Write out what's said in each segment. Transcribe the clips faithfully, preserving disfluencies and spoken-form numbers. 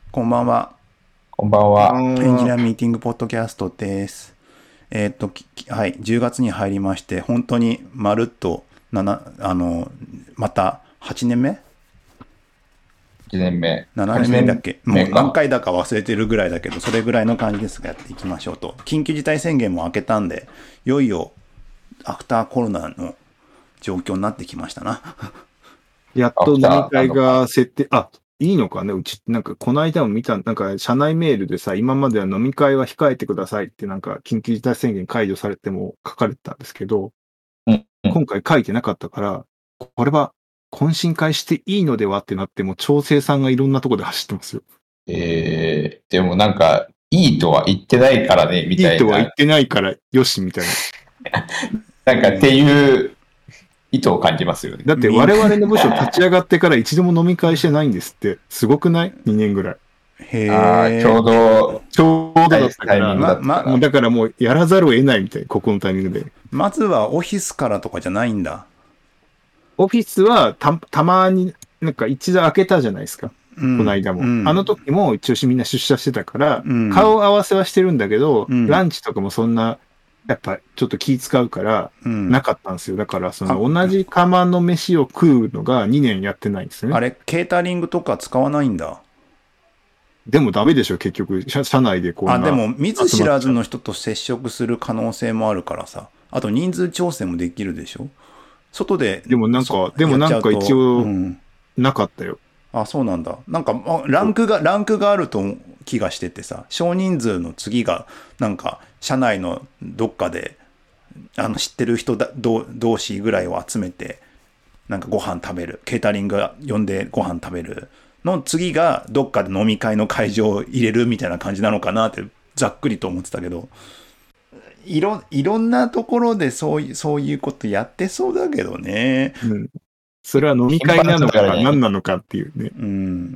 こんばんは。 こんばんこんばは。 んは。 エンジニアミーティングポッドキャストです。えーっと、ききはい、じゅうがつに入りまして、本当にまるっと、なな、あの、またはちねんめいちねんめ。 ?なな 8 年目だっ年けもう何目か。 回だか忘れてるぐらいだけど、それぐらいの感じですが、やっていきましょうと。緊急事態宣言も明けたんで、いよいよアフターコロナの状況になってきましたな。 やっアフタと飲み会ーなのか。 が設定、あ、いいのかねうち、なんか、この間も見た、なんか、社内メールでさ、今までは飲み会は控えてくださいって、なんか、緊急事態宣言解除されても書かれてたんですけど、 うんうん。 今回書いてなかったから、これは、懇親会していいのではってなって、もう調整さんがいろんなところで走ってますよ。 えー、でもなんか、いいとは言ってないからね、みいいたいな。 とは言ってないから、よし、みたいな。 なんかっていう意図を感じますよね。 だってみん、 我々の部署立ち上がってから一度も飲み会してないんですって。すごくない ?に 年ぐらい。 ああ、ちょうへえ。 どちょうどだったタイミングだから、 ま、ま、 ったから。 もうだからもうやらざるを得ないみたいな、ここのタイミングで。 まずはオフィスからとかじゃないんだ。 オフィスはた、たまになんか一度開けたじゃないですか。 うん、 この間も。あのうん、 時も一応みんな出社してたから、 うん、 顔合わせはしてるんだけど、 うん。 ランチとかもそんな、やっぱちょっと気使うから、 うん。 なかったんですよ。だからそあ、 の同じ釜の飯を食うのがにねんやってないんですね。 あれ、ケータリングとか使わないんだ。 でもダメでしょ、結局。社社内でこあ、 んなでも、見ず知らず集まっちゃう。 の人と接触する可能性もあるからさ。あと、人数調整もできるでしょ。外で、 でもなんそ、 か、でもやっなんか一ちゃうと、う応ん。 なかったよ。 あ、そうなんだ。なんか、あランクが、ランクがあると気がしててさ、少人数の次が、なんか、社内のどっかで、あの、知ってる人だ、同同士ぐらいを集めて、なんかご飯食べる。ケータリング呼んでご飯食べる。の次がどっかで飲み会の会場を入れるみたいな感じなのかなってざっくりと思ってたけど、いろ、いろんなところでそういう、そういうことやってそうだけどね。 うん。それは飲み会頻繁だなのかからね。 何なのかっていうね。 うん。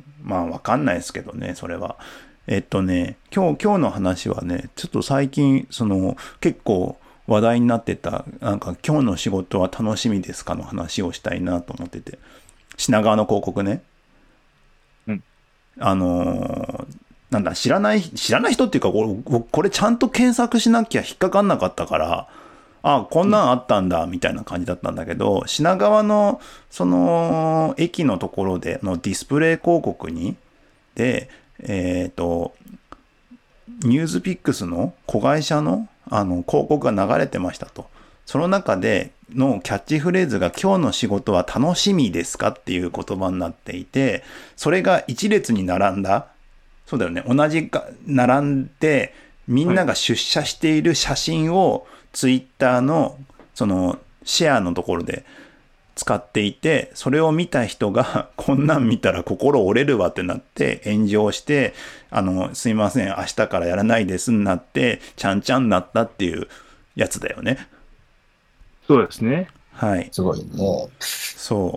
まあわかんないですけどね、それは。えっとね、今日、今日の話はね、ちょっと最近、その、結構話題になってた、なんか今日の仕事は楽しみですかの話をしたいなと思ってて。品川の広告ね。 うん。 あのーなんだ、知らない、知らない人っていうか、これ、これちゃんと検索しなきゃ引っかかんなかったから、あ、こんうん。 なんあったんだ、みたいな感じだったんだけど、品川の、その、駅のところでのディスプレイ広告に、で、えっと、ニュースピックスの子会社の、あの、広告が流れてましたと。その中でのキャッチフレーズが今日の仕事は楽しみですかっていう言葉になっていて、それが一列に並んだ。そうだよね。同じか、並んで、みんはい。 なが出社している写真をツイッターの、その、シェアのところで使っていて、それを見た人が、こんなん見たら心折れるわってなって炎上して、あの、すいません、明日からやらないですになって、ちゃんちゃんになったっていうやつだよね。 そうですね。 はい。 すごいね。 そう。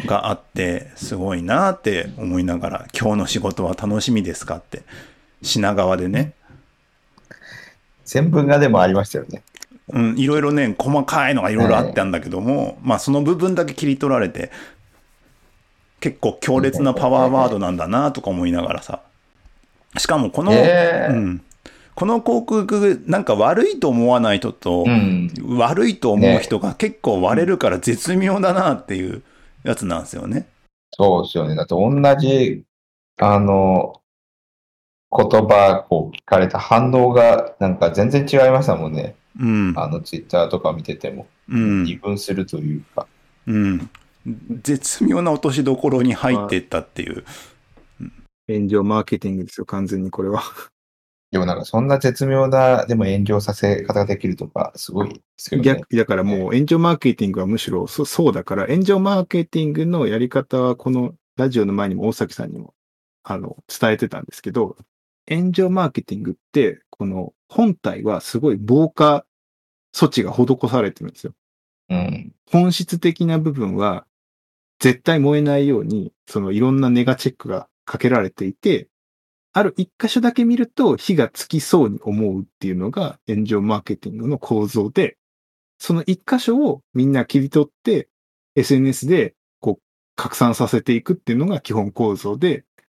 があって、すごいなって思いながら、今日の仕事は楽しみですかって、品川でね、 全文がでもありましたよね。 うん、いろいろね、細かいのがいろいろあったはんだけども、まあその部分だけ切り取られて、結構強い。 烈なパワーワードなんだなとか思いながらさ。しかもこえの、うえん、この広告、なんか悪いと思わない人ー、うと、 ん。 悪いと思う人ね。 が結構割れるから絶妙だなっていうやつなんですよね。 そうですよね。だって同じ、あの、言葉を聞かれた反応がなんか全然違いましたもんね。 うん、 あの、ツイッターとか見てても。 うん、 二分するというか。 うん。絶妙な落としどころに入っていまあ、 ったっていう。 炎上マーケティングですよ、完全にこれは。 でもなんかそんな絶妙な、でも炎上させ方ができるとか、すごいですけどね。 逆、だからもう炎上マーケティングはむしろそそうだから、炎上マーケティングのやり方はこのラジオの前にも大崎さんにもあの伝えてたんですけど、炎上マーケティングって、この本体はすごい防火措置が施されてるんですよ。 うん。 本質的な部分は絶対燃えないように、そのいろんなネガチェックがかけられていて、ある一箇所だけ見ると火がつきそうに思うっていうのが炎上マーケティングの構造で、その一箇所をみんな切り取って エスエヌエス でこう拡散させていくっていうのが基本構造で、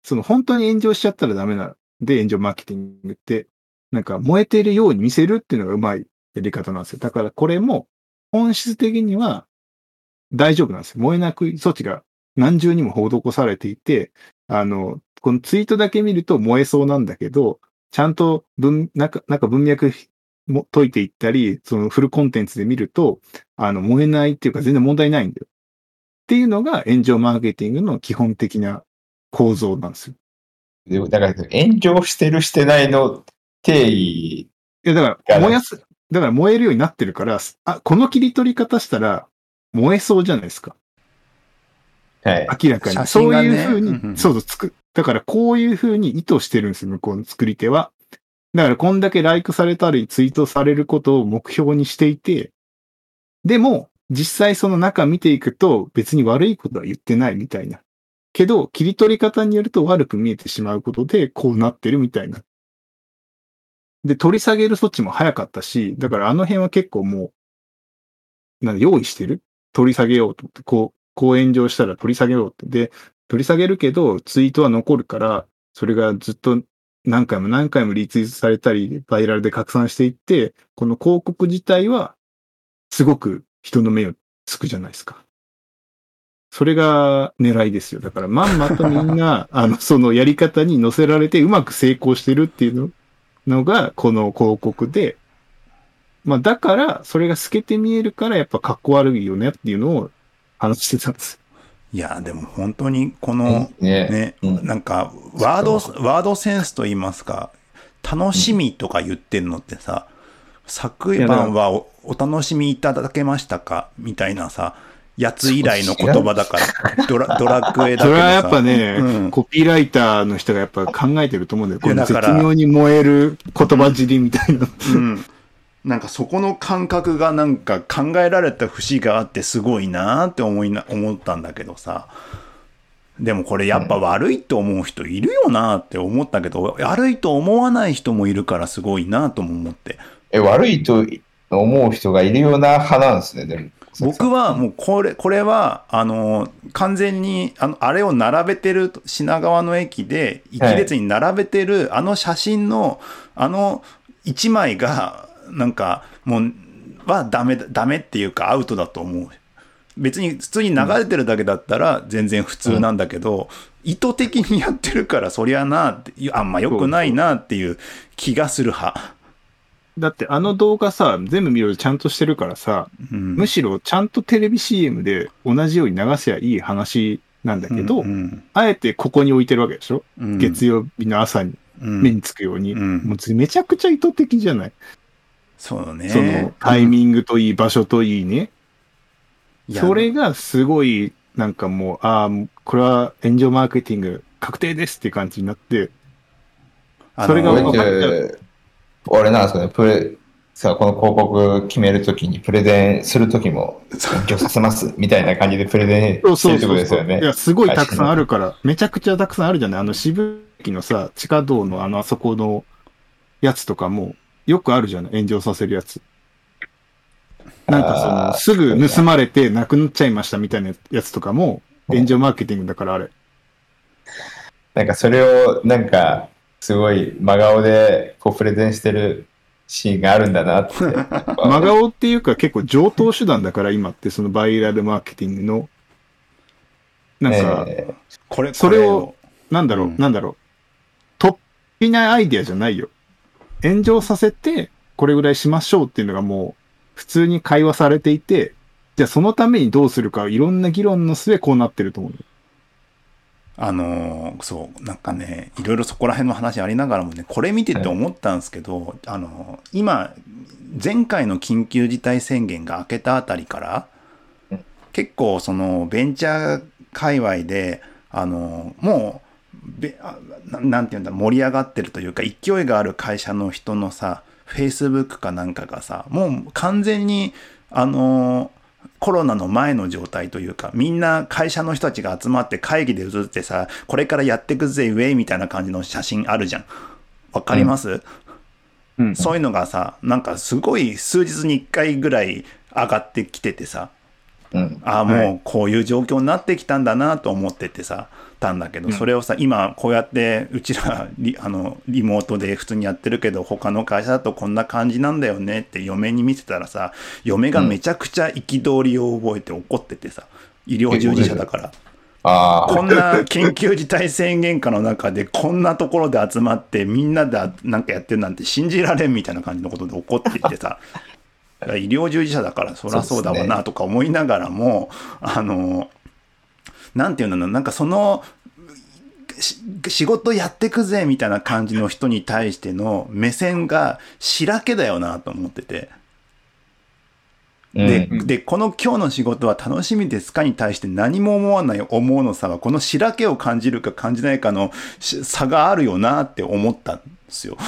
その本当に炎上しちゃったらダメなんで、炎上マーケティングって、なんか燃えてるように見せるっていうのがうまいやり方なんですよ。だからこれも本質的には大丈夫なんですよ。燃えなく措置が何重にも施されていて、あの、このツイートだけ見ると燃えそうなんだけど、ちゃんと文、なんか、なんか文脈も解いていったり、そのフルコンテンツで見ると、あの、燃えないっていうか全然問題ないんだよ。っていうのが炎上マーケティングの基本的な構造なんですよ。 でだから炎上してるしてないの定義。 いや、だから燃やす、だから燃えるようになってるから、あ、この切り取り方したら燃えそうじゃないですか。 はい。 明らかに。 写そう真がねいうふうに、 うんうんそうそう、つく。だからこういうふうに意図してるんですよ、向こうの作り手は。だからこんだけライクされたりツイートされることを目標にしていて、でも、実際その中見ていくと別に悪いことは言ってないみたいな。けど、切り取り方によると悪く見えてしまうことでこうなってるみたいな。で、取り下げる措置も早かったし、だからあの辺は結構もう、なんか用意してる取り下げようと思って、こう、こう炎上したら取り下げようって。で、取り下げるけど、ツイートは残るから、それがずっと何回も何回もリツイートされたり、バイラルで拡散していって、この広告自体は、すごく人の目をつくじゃないですか。それが狙いですよ。だから、まんまとみんな、あの、そのやり方に乗せられてうまく成功してるっていうののが、この広告で、まあ、だから、それが透けて見えるから、やっぱ格好悪いよねっていうのを話してたんです。 いや、でも本当にこのねね、 うんなんかワード、ワードセンスと言いますか、楽しみとか言ってんのってさ、昨晩は お, お楽しみいただけましたかみたいなさ、やつ以来の言葉だからドラ、ドラクエだけどさ。 それはやっぱね、 うん、 コピーライターの人がやっぱ考えてると思うんだよ。この絶だから妙に燃える言葉尻みたいな。 うんなんかそこの感覚がなんか考えられた節があってすごいなって思いな、思ったんだけどさ。でもこれやっぱ悪いと思う人いるよなって思ったけど、悪いと思わない人もいるからすごいなとも思って。 え、悪いと思う人がいるような派なんですね、でも。 僕はもうこれ、これは、あの、完全に、あの、あれを並べてる品川の駅で、一列に並べてる、あの写真の、あの一枚が、なんか、もう、はダメ、ダメっていうかアウトだと思う。別に普通に流れてるだけだったら全然普通なんだけど、うん、意図的にやってるからそりゃなって、あんま良くないなっていう気がする派。 だってあの動画さ、全部見るとちゃんとしてるからさ、うん、むしろちゃんとテレビ シーエム で同じように流せばいい話なんだけど、うんうん、あえてここに置いてるわけでしょ、うん、月曜日の朝に目につくように、うん、もうめちゃくちゃ意図的じゃない。 そうね。 そのタイミングといい、場所といいね。それがすごい、なんかもう、ああ、これは炎上マーケティング確定ですっていう感じになって、それが分かっちゃう。 俺なんですかね、プレ、さ、この広告決めるときにプレゼンするときも勉強させますみたいな感じでプレゼンしてるってことですよね。 いや、すごいたくさんあるから、めちゃくちゃたくさんあるじゃない。あの渋谷のさ、地下道のあのあそこのやつとかもよくあるじゃない。炎上させるやつ。なんかその、すぐ盗まれてなくなっちゃいましたみたいなやつとかも炎上マーケティングだからあれ。 なんかそれをなんかすごい真顔でこうプレゼンしてるシーンがあるんだなって。 真顔っていうか結構上等手段だから今ってそのバイラルマーケティングの。なんか、えー、これ、それを、なんだろう、うん、なんだろう。突飛なアイディアじゃないよ。炎上させてこれぐらいしましょうっていうのがもう、普通に会話されていて、じゃあそのためにどうするか、いろんな議論の末こうなってると思う。 あのー、そう、なんかね、いろいろそこら辺の話ありながらもね、これ見てて思ったんですけど、はい、あのー、今、前回の緊急事態宣言が明けたあたりから、うん、結構そのベンチャー界隈で、あのー、もうべな、なんていうんだ、盛り上がってるというか、勢いがある会社の人のさ、Facebook かなんかがさ、もう完全に、あのー、コロナの前の状態というか、みんな会社の人たちが集まって会議で写ってさ、これからやってくぜ、ウェイみたいな感じの写真あるじゃん。わかります、うんうん、そういうのがさ、なんかすごい数日にいっかいぐらい上がってきててさ、 うん。 ああ、もうこういう状況になってきたんだなと思っててさ、たんだけど、それをさ、今こうやってうちらリあのリモートで普通にやってるけど、他の会社だとこんな感じなんだよねって嫁に見せたらさ、嫁がめちゃくちゃ憤りを覚えて怒っててさ、医療従事者だから。 ああ。 こんな緊急事態宣言下の中でこんなところで集まってみんなでなんかやってるなんて信じられんみたいな感じのことで怒っていてさ、医療従事者だからそりゃそうだわなとか思いながらも、あのなんていうの、なんかその仕事やってくぜみたいな感じの人に対しての目線がしらけだよなと思ってて。で、うん、で、この今日の仕事は楽しみですかに対して何も思わない思うの差は、このしらけを感じるか感じないかの差があるよなって思ったんですよ。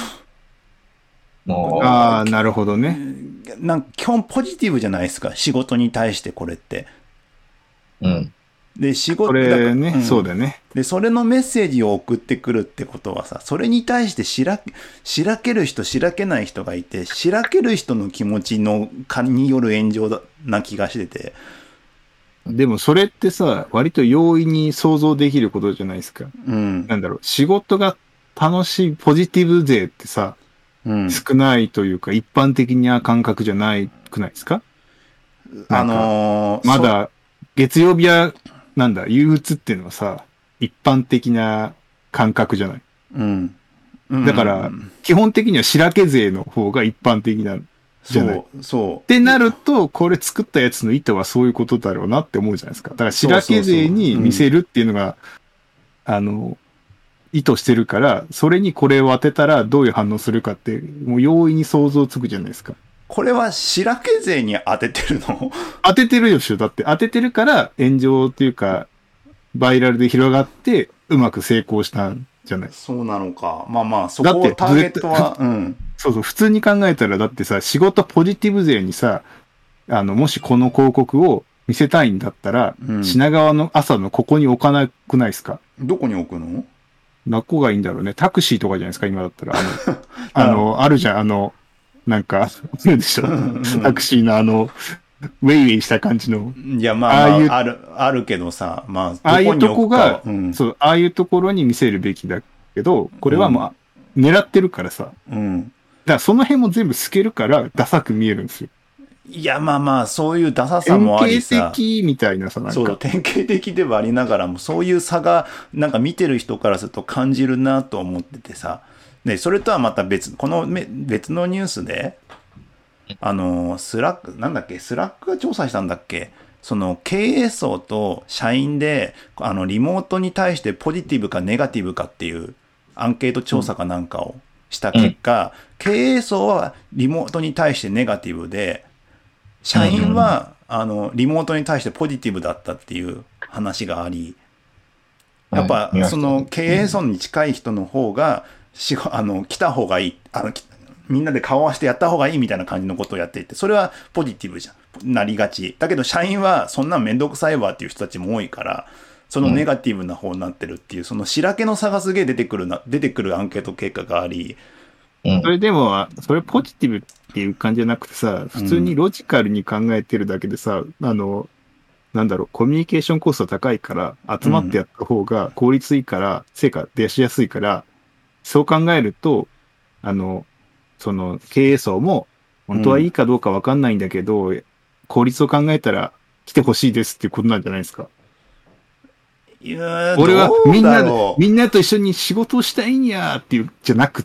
ああ、なるほどね。 なんか基本ポジティブじゃないですか、仕事に対してこれって。 うん。 で、仕事、これね、うん、そうだね。 で、それのメッセージを送ってくるってことはさ、それに対してしら、しらける人、しらけない人がいて、しらける人の気持ちのかによる炎上だな気がしてて。 でもそれってさ、割と容易に想像できることじゃないですか。 うん。 なんだろう、仕事が楽しい、ポジティブ勢ってさ、うん、少ないというか、一般的な感覚じゃないくないですか？ あのー、 まだ、月曜日は、なんだ、憂鬱っていうのはさ、一般的な感覚じゃない。 うん。 だから、基本的には白毛勢の方が一般的なんじゃない。 そう、そう。 ってなると、これ作ったやつの意図はそういうことだろうなって思うじゃないですか。だから白毛勢に見せるっていうのが、あの、意図してるから、それにこれを当てたらどういう反応するかって、もう容易に想像つくじゃないですか。 これは白毛勢に当ててるの？ 当ててるよしょ。だって当ててるから炎上っていうか、バイラルで広がってうまく成功したんじゃない。 そうなのか。まあまあ、そこをターゲットは、うん。 そうそう、普通に考えたらだってさ、仕事ポジティブ勢にさ、あの、もしこの広告を見せたいんだったら、うん、品川の朝のここに置かなくないですか？ どこに置くの？ どこがいいんだろうね。タクシーとかじゃないですか、今だったら。あの、あの、あるじゃん、あの、なんか、あるでしょ。タクシーのあの、ウェイウェイした感じの。 いや、まあ、まあ、ああいうある、あるけどさ、まあ、 ああいうとこが、うん、そう、ああいうところに見せるべきだけど、これはまあ、うん、狙ってるからさ。 うん。 だからその辺も全部透けるから、ダサく見えるんですよ。 いや、まあまあ、そういうダサさもありさ。 典型的みたいなさ、なんか。 そう、典型的ではありながらも、そういう差が、なんか見てる人からすると感じるなと思っててさ。で、それとはまた別、この別のニュースで、あの、スラック、なんだっけ、スラックが調査したんだっけ、その経営層と社員で、あの、リモートに対してポジティブかネガティブかっていうアンケート調査かなんかをした結果、うん、経営層はリモートに対してネガティブで、社員は、あの、リモートに対してポジティブだったっていう話があり、やっぱ、その経営層に近い人の方が、しあの、来た方がいい、あの、みんなで顔合わせてやった方がいいみたいな感じのことをやっていて、それはポジティブじゃん。なりがち。だけど、社員はそんなめんどくさいわっていう人たちも多いから、そのネガティブな方になってるっていう、その白毛の差がすげえ出てくるな、出てくるアンケート結果があり、 それでも、それポジティブっていう感じじゃなくてさ、普通にロジカルに考えてるだけでさ、うん、あの、なんだろう、コミュニケーションコスト高いから、集まってやった方が効率いいから、成果出しやすいから、そう考えると、あの、その経営層も、本当はいいかどうかわかんないんだけど、うん、効率を考えたら来てほしいですっていうことなんじゃないですか。 いや俺はみんなで、みんなと一緒に仕事をしたいんやっていう、じゃなくって、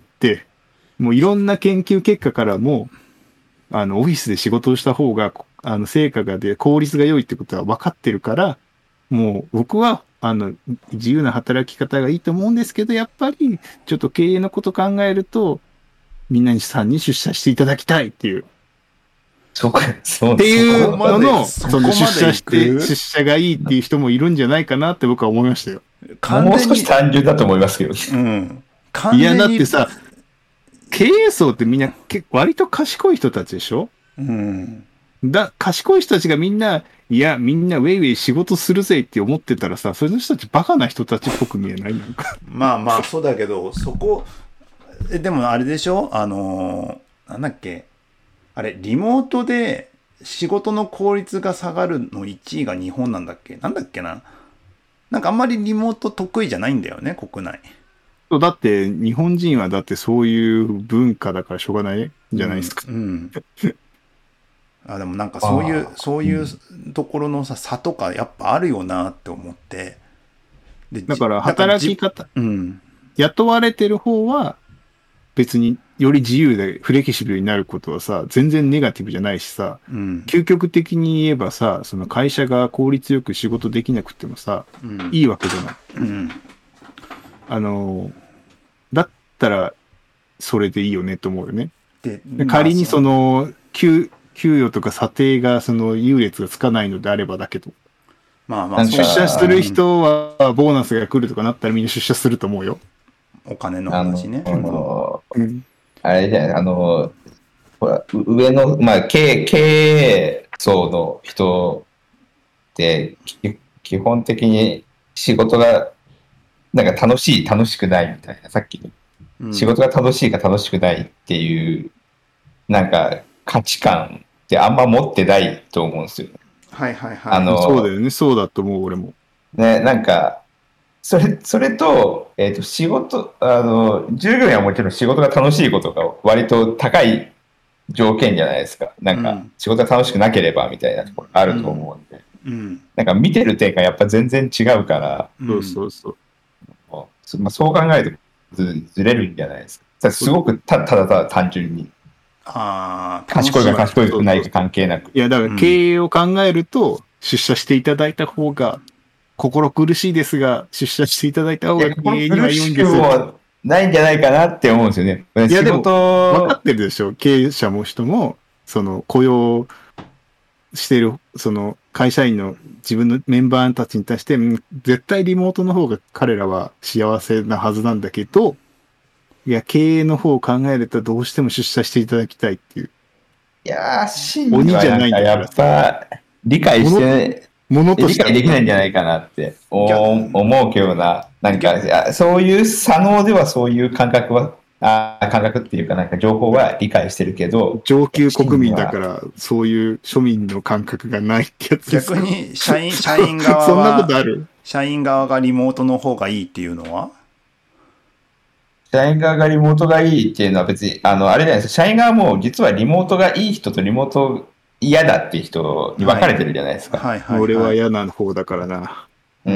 もういろんな研究結果からも、あの、オフィスで仕事をした方が、あの、成果が出、効率が良いってことは分かってるから、もう僕は、あの、自由な働き方がいいと思うんですけど、やっぱり、ちょっと経営のこと考えると、みんなにさんに出社していただきたいっていう。 そうか、そうっていうのの、その出社して、出社がいいっていう人もいるんじゃないかなって僕は思いましたよ。 もう少し単純だと思いますけど。 うん。 いや、だってさ、経営層ってみんな結構割と賢い人たちでしょ？ うん。 だ、賢い人たちがみんな、いや、みんなウェイウェイ仕事するぜって思ってたらさ、それの人たちバカな人たちっぽく見えないなんか。 まあまあ、そうだけど、そこ、え、でもあれでしょ？あの、なんだっけ？あれ、リモートで仕事の効率が下がるのいちいが日本なんだっけ、なんだっけな。なんかあんまりリモート得意じゃないんだよね、国内。 そうだって日本人はだってそういう文化だからしょうがないじゃないですか。 うん。うんあでもなんかそういうそういうところのさ差とかやっぱあるよなって思って。でだから働き方、 うん、 雇われてる方は別により自由でフレキシブルになることはさ、全然ネガティブじゃないしさ、 うん、 究極的に言えばさ、その会社が効率よく仕事できなくてもさ、 うん、 いいわけじゃない。 うん、 あの、だったらそれでいいよねと思うよね。 でで仮にその、給、給与とか査定がその優劣がつかないのであればだけど、 まあまあ出社する人はボーナスが来るとかなったらみんな出社すると思うよ。 お金の話ね。 あの、 うん、 あれじゃない、あの、ほら、上の、まあ、経経営層の人ってき基本的に仕事がなんか楽しい、楽しくないみたいな、さっきの、 うん、 仕事が楽しいか楽しくないっていう、なんか価値観ってあんま持ってないと思うんですよ。 はいはいはい。 あの、 そうだよね。そうだと思う、俺も。 ね、なんか、それ、それと、えっと、仕事、あの、従業員はもちろん仕事が楽しいことが割と高い条件じゃないですか。なんか、仕事が楽しくなければみたいなところあると思うんで。 うん、 なんか見てる点がやっぱ全然違うから、 そうそうそう。 そまあ、そう考えるとずずれるんじゃないですか。すごくたただただ単純に。 ああ、 賢いか賢くないか関係なく。 いや、だから経営を考えると、出社していただいた方が、心苦しいですが、出社していただいた方が経営には良いんですよ。 ないんじゃないかなって思うんですよね。 いや、でも、分かってるでしょ。経営者も人も、その、雇用してる、その、会社員の自分のメンバーたちに対して、絶対リモートの方が彼らは幸せなはずなんだけど、いや、経営の方を考えるとどうしても出社していただきたいっていう。 いやー、真鬼じゃないんだから。 やっぱ、理解して、ものとして理解できないんじゃないかなって思うけどな。なんか、そういう左脳ではそういう感覚は、あ感覚っていうかなんか情報は理解してるけど。 上級国民だから、そういう庶民の感覚がないってやつですか。 逆に、社員、社員側は、 そんなことある？ 社員側がリモートの方がいいっていうのは社員側がリモートがいいっていうのは別に、あの、あれじゃないですか。社員側も実はリモートがいい人とリモート嫌だっていう人に分かれてるじゃないですか。 はいはいはいはい、 俺は嫌な方だからな。 うん。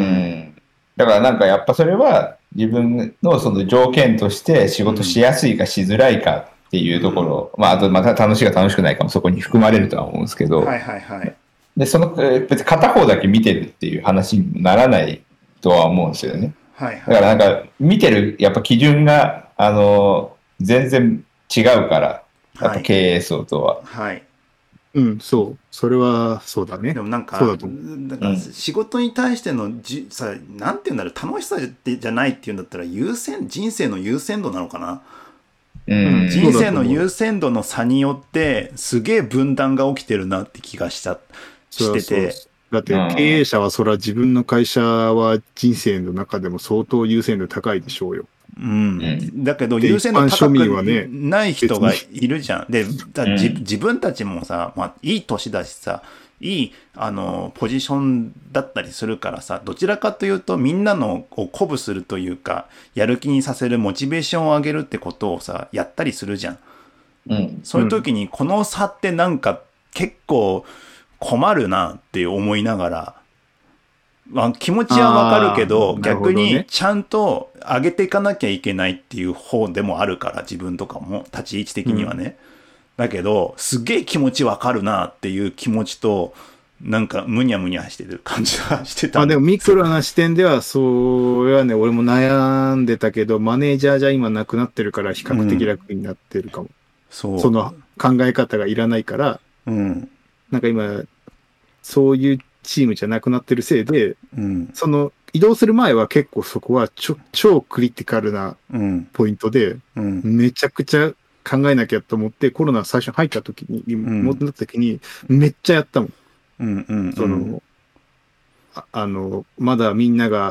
だからなんかやっぱそれは自分のその条件として仕事しやすいかしづらいかっていうところ、うん、まああとまた楽しいか楽しくないかもそこに含まれるとは思うんですけど、 はいはいはい。 で、その別に片方だけ見てるっていう話にならないとは思うんですよね。 はいはい、 だからなんか見てるやっぱ基準があの全然違うからやっぱ経営層とは、 はい、はい、 うん、そう。それはそうだね。 でもなんか、 そうだと思う。 なんか仕事に対してのじさ、なんていうんだろう、楽しさじゃないっていうんだったら優先人生の優先度なのかな。うん、人生の優先度の差によってすげえ分断が起きてるなって気がしたしてて。そうそうだって経営者はそれは自分の会社は人生の中でも相当優先度高いでしょうよ。 うん。だけど優先度高くない人がいるじゃん。で、だ自自分たちもさ、まあいい年だしさ、いいあのポジションだったりするからさ、どちらかというとみんなのを鼓舞するというか、やる気にさせるモチベーションを上げるってことをさ、やったりするじゃん。 うん、 そういう時にこの差ってなんか結構困るなって思いながら、まあ、気持ちはわかるけど、逆にちゃんと上げていかなきゃいけないっていう方でもあるから、自分とかも立ち位置的にはね。うん、だけど、すげえ気持ちわかるなっていう気持ちと、なんかむにゃむにゃしてる感じがしてた。 あ、でもミクロな視点では、それはね、俺も悩んでたけど、マネージャーじゃ今なくなってるから比較的楽になってるかも。うん、 そう。 その考え方がいらないから、 うん、 なんか今、そういうチームじゃなくなってるせいで、 うん、 その移動する前は結構そこはちょ超クリティカルなポイントで、 うん、 めちゃくちゃ考えなきゃと思って、コロナ最初に入った時に、リモートになった時に、めっちゃやったもん。 うんうんうん、 その、あ、あの、まだみんなが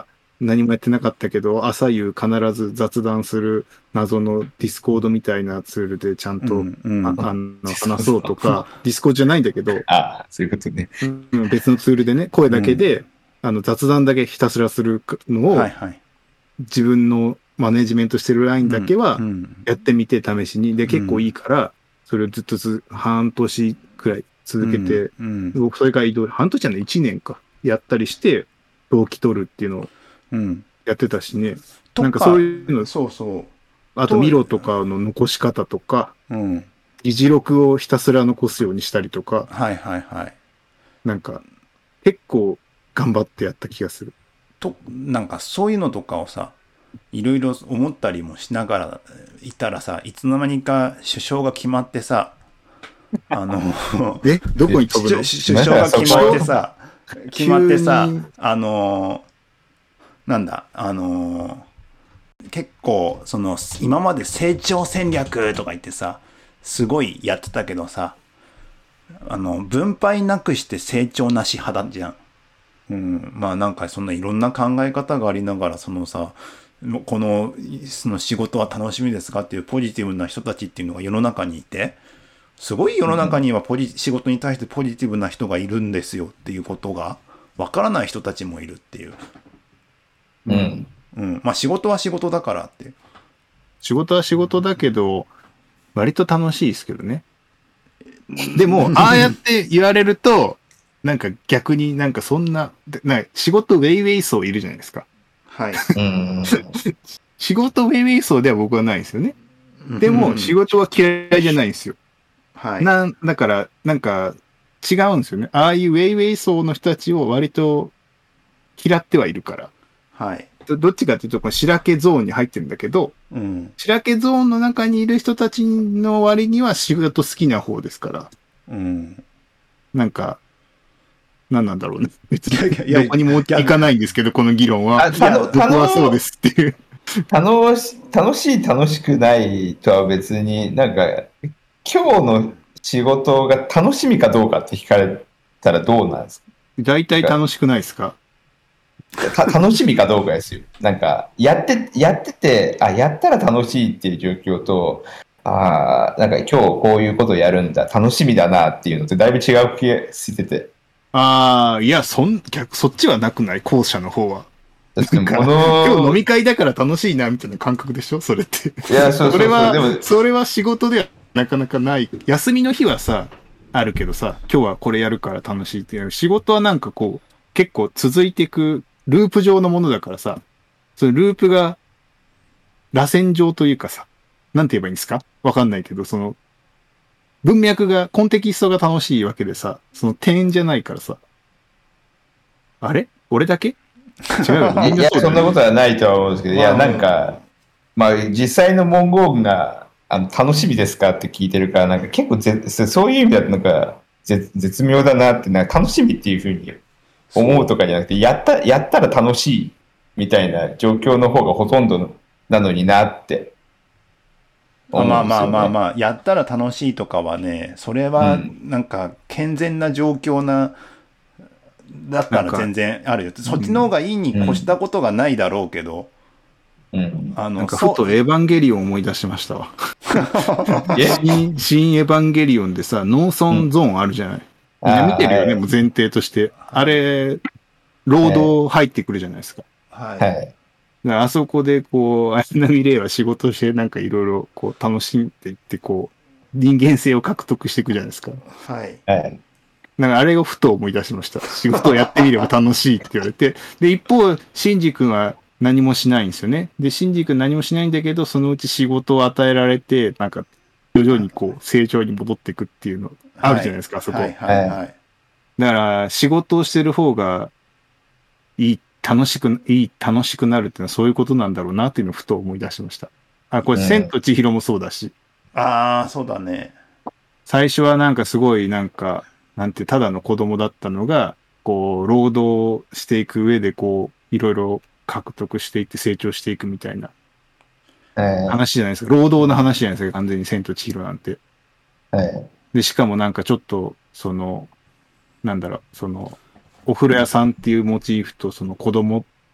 何もやってなかったけど、朝夕必ず雑談する謎のディスコードみたいなツールでちゃんと、 うんうんああの話そうとか、ディスコードじゃないんだけど、 ああ、そういうことね。 うん別のツールでね、声だけで、あの雑談だけひたすらするのを、 はいはい。 自分のマネジメントしてるラインだけはうんうんやってみて試しに。で、結構いいから、それをずっとつ半年くらい続けて、 うん僕それから移動、半年じゃない、いちねんか、やったりして、同期取るっていうのをうん。 やってたしね。 となんかそういうの、 そうそあとミロとかの残し方とか、 う。うん。 議事録をひたすら残すようにしたりとか、 はいはいはい。 なんか結構頑張ってやった気がする。 と、なんかそういうのとかをさ、いろいろ思ったりもしながらいたらさ、いつの間にか首相が決まってさ、あの、 えどこに飛ぶの首首相が決まってさ、決まってさ急に、 あの、なんだ、あの、結構、その、今まで成長戦略とか言ってさ、すごいやってたけどさ、あの、分配なくして成長なし派だじゃん。うん、まあなんかそんないろんな考え方がありながら、そのさ、この、その仕事は楽しみですかっていうポジティブな人たちっていうのが世の中にいて、すごい世の中にはポジ、仕事に対してポジティブな人がいるんですよっていうことが、わからない人たちもいるっていう。 うん。 うん。まあ仕事は仕事だからって。 仕事は仕事だけど、割と楽しいですけどね。でも、ああやって言われると、なんか逆になんかそんな、な仕事ウェイウェイ層いるじゃないですか。 はい。 うん。 仕事ウェイウェイ層では僕はないですよね。でも、仕事は嫌いじゃないんですよ。 はい。 な、だから、なんか違うんですよね。ああいうウェイウェイ層の人たちを割と嫌ってはいるから。 はい。 どどっちかっていうと、この白毛ゾーンに入ってるんだけど、 うん。 白毛ゾーンの中にいる人たちの割には仕事好きな方ですから。 うん。 なんか、何なんだろうね。別いやいやいやに、どこにも行かないんですけど、この議論は。 あたの僕はそうですっていう。 楽し楽しい楽しくないとは別になんか今日の仕事が楽しみかどうかって聞かれたらどうなんです大体楽しくないですか？ かた楽しみかどうかですよ。なんかやってやっててあやったら楽しいっていう状況とあなんか今日こういうことやるんだ楽しみだなっていうのってだいぶ違う気がしてて。 ああ、いや、そん、逆、そっちはなくない？後者の方は。 だってなんか物今日飲み会だから楽しいな、みたいな感覚でしょそれって。 いやそうそうそうれはでも、 それは仕事ではなかなかない。休みの日はさ、あるけどさ、今日はこれやるから楽しいっていう。仕事はなんかこう、結構続いていく、ループ上のものだからさ、そのループが、螺旋状というかさ、なんて言えばいいんですか？わかんないけど、その、文脈が、コンテキストが楽しいわけでさ、その点じゃないからさ。あれ俺だけ？違うよ。みんいやそんななそうだよねことはないとは思うんですけど、いやまあなんかまあ実際の文言があの楽しみですかって聞いてるからなんか結構ぜそういう意味だとなんかぜ絶妙だなってなんか楽しみっていうふうに思うとかじゃなくてやったやったら楽しいみたいな状況の方がほとんどなのになってまあまあまあまああまあ、やったら楽しいとかはね、それはなんか健全な状況な、だったら全然あるよ。そっちの方がいいに越したことがないだろうけど、 うんあの、 なんかそうふとエヴァンゲリオン思い出しましたわ。 え新、新エヴァンゲリオンでさ、農村ゾーンあるじゃない。みんな見てるよね、 あーもう前提として。あれ、労働入ってくるじゃないですか。 はい。 はいだからあそこでこう、綾波レイは仕事してなんかいろいろこう楽しんでいってこう、人間性を獲得していくじゃないですか。 はい。 はいなんかあれをふと思い出しました。仕事をやってみれば楽しいって言われて。で、一方、シンジ君は何もしないんですよね。で、シンジ君何もしないんだけど、そのうち仕事を与えられて、なんか、徐々にこう、成長に戻っていくっていうの、あるじゃないですか、あそこ。 はいはいはい。 だから、仕事をしてる方が、いい、楽しく、いい、楽しくなるっていうのはそういうことなんだろうなっていうのをふと思い出しました。あ、これ、 うん千と千尋もそうだし、 ああ、そうだね。 最初はなんかすごいなんか、なんて、ただの子供だったのが、こう、労働していく上で、こう、いろいろ獲得していって成長していくみたいなはい話じゃないですか。労働の話じゃないですか、完全に千と千尋なんて。 はいで、しかもなんかちょっと、その、なんだろう、その、お風呂屋さんっていうモチーフと、その子供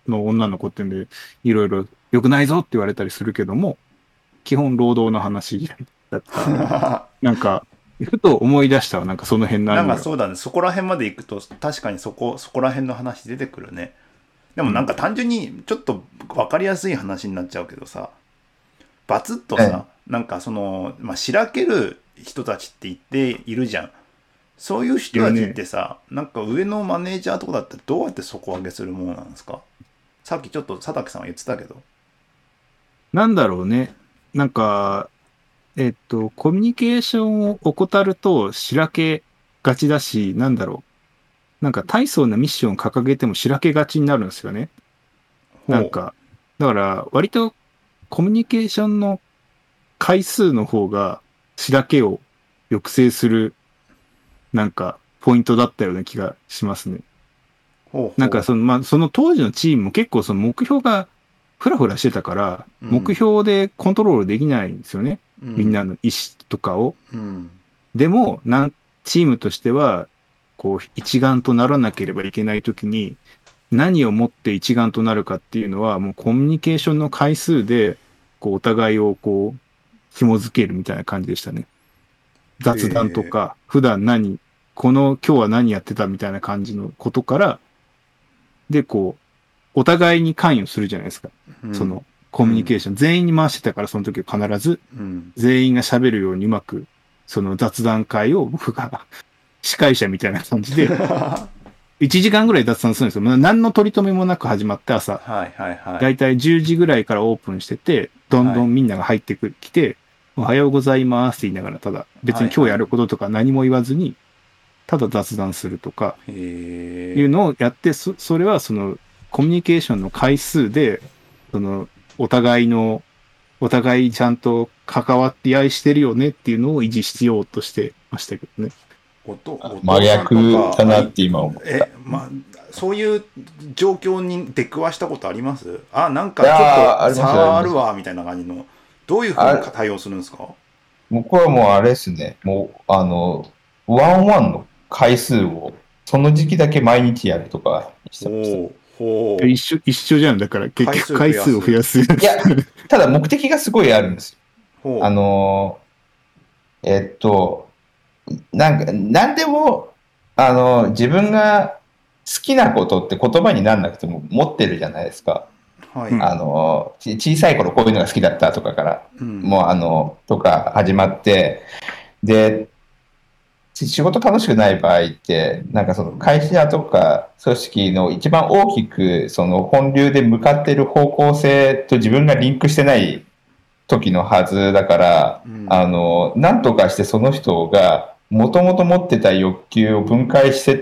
の女の子ってんで、いろいろ良くないぞって言われたりするけども、基本労働の話だったなんか、ふと思い出したわ、なんかその辺のアニメが。 なんかそうだね、そこら辺まで行くと、確かにそこ、そこら辺の話出てくるね。でもなんか単純にちょっと分かりやすい話になっちゃうけどさ、バツッとさ、なんかその、まあ、しらける人たちって言っているじゃん。そういう人たちってさ、ね、なんか上のマネージャーとかだったらどうやって底上げするものなんですか？さっきちょっと佐竹さんは言ってたけど。 なんだろうね。なんか、えっと、コミュニケーションを怠るとしらけがちだし、なんだろう。なんか大層なミッションを掲げてもしらけがちになるんですよね。なんか、だから割とコミュニケーションの回数の方がしらけを抑制するなんかポイントだったような気がしますね。 ほうほうなんかその、まあ、その当時のチームも結構その目標がフラフラしてたから、 うん、 目標でコントロールできないんですよね。 うん、 みんなの意思とかを。 うん、 でも、なんチームとしては、こう、一丸とならなければいけないときに、何をもって一丸となるかっていうのは、もうコミュニケーションの回数で、こう、お互いをこう、紐づけるみたいな感じでしたね。雑談とか、普段何、この今日は何やってたみたいな感じのことから、で、こう、お互いに関与するじゃないですか。うん、その、コミュニケーション、うん。全員に回してたから、その時は必ず、全員が喋るようにうまく、その雑談会を僕が司会者みたいな感じで、いちじかんぐらい雑談するんですよ。何の取り留めもなく始まって朝。 はいはいはい。 だいたいじゅうじぐらいからオープンしてて、どんどんみんなが入ってきて、はい、おはようございますって言いながら、ただ別に今日やることとか何も言わずに、ただ雑談するとか、いうのをやって、そ, それはそのコミュニケーションの回数で、そのお互いの、お互いちゃんと関わって愛してるよねっていうのを維持しようとしてましたけどね。 真逆だなって今思った。 え、まあ、そういう状況に出くわしたことあります？あ、なんかちょっと差あるわみたいな感じの。どういうふうに対応するんですか？ 僕はもうあれですね。もう、あの、ワンワンの回数を、その時期だけ毎日やるとかしてました。 ほう一緒、一緒じゃん。だから結局回数を増やす。いや、ただ目的がすごいあるんですよ。あの、えっと、なんか、なんでも、あの、自分が好きなことって言葉になんなくても持ってるじゃないですか。はい、あの、小さい頃こういうのが好きだったとかから、うん、もうあの、とか始まって、で、仕事楽しくない場合って、なんかその会社とか組織の一番大きくその本流で向かっている方向性と自分がリンクしてない時のはずだから、うん、あの、なんとかしてその人がもともと持ってた欲求を分解してって、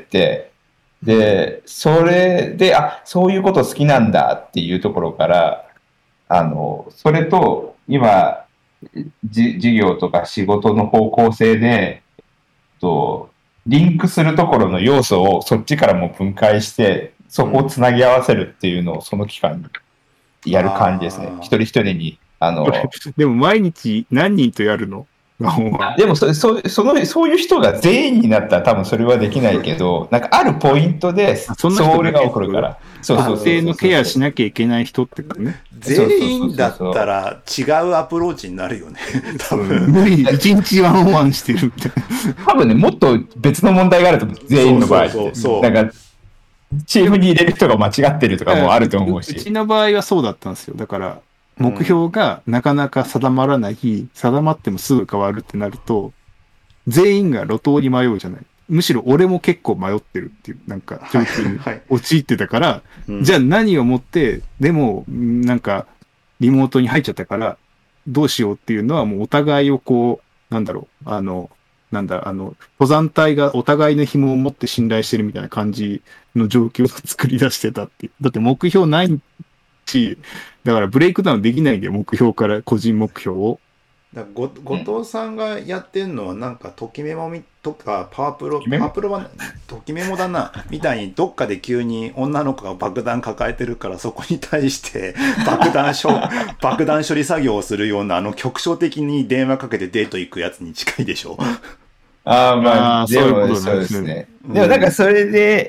で、それで、あ、そういうこと好きなんだっていうところから、あの、それと今、じ事業とか仕事の方向性で、とリンクするところの要素をそっちからも分解して、そこをつなぎ合わせるっていうのをその期間にやる感じですね。一人一人に。あの、 でも毎日何人とやるの？ でもそそそのそういう人が全員になったら多分それはできないけど、なんかあるポイントでそれが起こるから。 そうそうそう。一定のケアしなきゃいけない人ってことね。 全員だったら違うアプローチになるよね。多分。 無理。一日ワンワンしてるみたいな。多分ね、もっと別の問題があると思う。全員の場合。そうそうそう。なんかチームに入れる人が間違ってるとかもあると思うし。 うちの場合はそうだったんですよ。だから。目標がなかなか定まらない、うん、定まってもすぐ変わるってなると、全員が路頭に迷うじゃない。むしろ俺も結構迷ってるっていう、なんか状況に陥ってたから、はいはい、じゃあ何をもって、でも、なんか、リモートに入っちゃったから、どうしようっていうのはもうお互いをこう、なんだろう、あの、なんだ、あの、登山隊がお互いの紐を持って信頼してるみたいな感じの状況を作り出してたっていう。だって目標ないし、だからブレイクダウンできないんだよ、目標から個人目標を。 だからご後藤さんがやってるのはなんかときメモとかパワープロ、パワープロはときメモだなみたいにどっかで急に女の子が爆弾抱えてるからそこに対して爆弾処爆弾処理作業をするようなあの局所的に電話かけてデート行くやつに近いでしょ。 ああまあでもそうですね。でもなんかそれで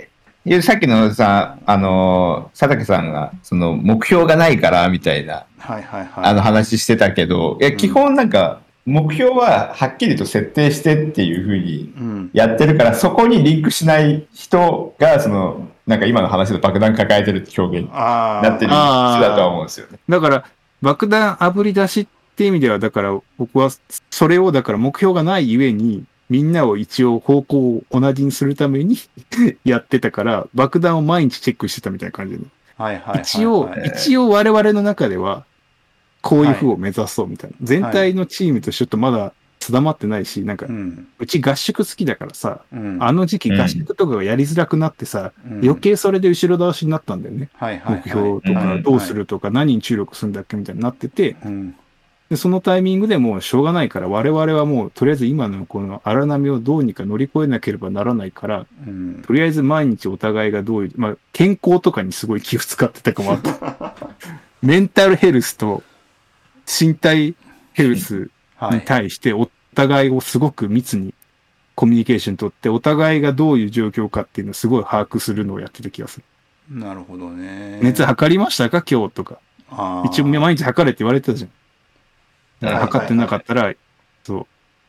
いやさっきのさ、あの、佐竹さんが、その、目標がないから、みたいな、 はいはいはい。 あの話してたけど、いや、基本なんか、目標ははっきりと設定してっていうふうにうん。 やってるから、そこにリンクしない人が、その、なんか今の話の爆弾抱えてるって表現にあなってる人あーだとは思うんですよね。 だから、爆弾炙り出しって意味では、だから僕はそれをだから目標がないゆえに、みんなを一応方向を同じにするためにやってたから、爆弾を毎日チェックしてたみたいな感じで、ね。 はいはいはい、はい。 一応、一応我々の中では、こういう風を目指そうみたいな。全体のチームとちょっとまだ定まってないし、なんかう、ん。 うち合宿好きだからさ、 うん。 あの時期合宿とかがやりづらくなってさ、 うん余計それで後ろ倒しになったんだよね。 はいはいはい、 目標とかうんどうするとか何に注力するんだっけみたいになってて、 うん。 でそのタイミングでもうしょうがないから我々はもうとりあえず今のこの荒波をどうにか乗り越えなければならないから、 うん。 とりあえず毎日お互いがどういう、まあ健康とかにすごい気を使ってたかもあった。メンタルヘルスと身体ヘルスにはい。 対してお互いをすごく密にコミュニケーション取って、お互いがどういう状況かっていうのをすごい把握するのをやってた気がする。 なるほどね。 熱測りましたか今日とか。 あー一応毎日測れって言われてたじゃん。だから測ってなかったら、そう、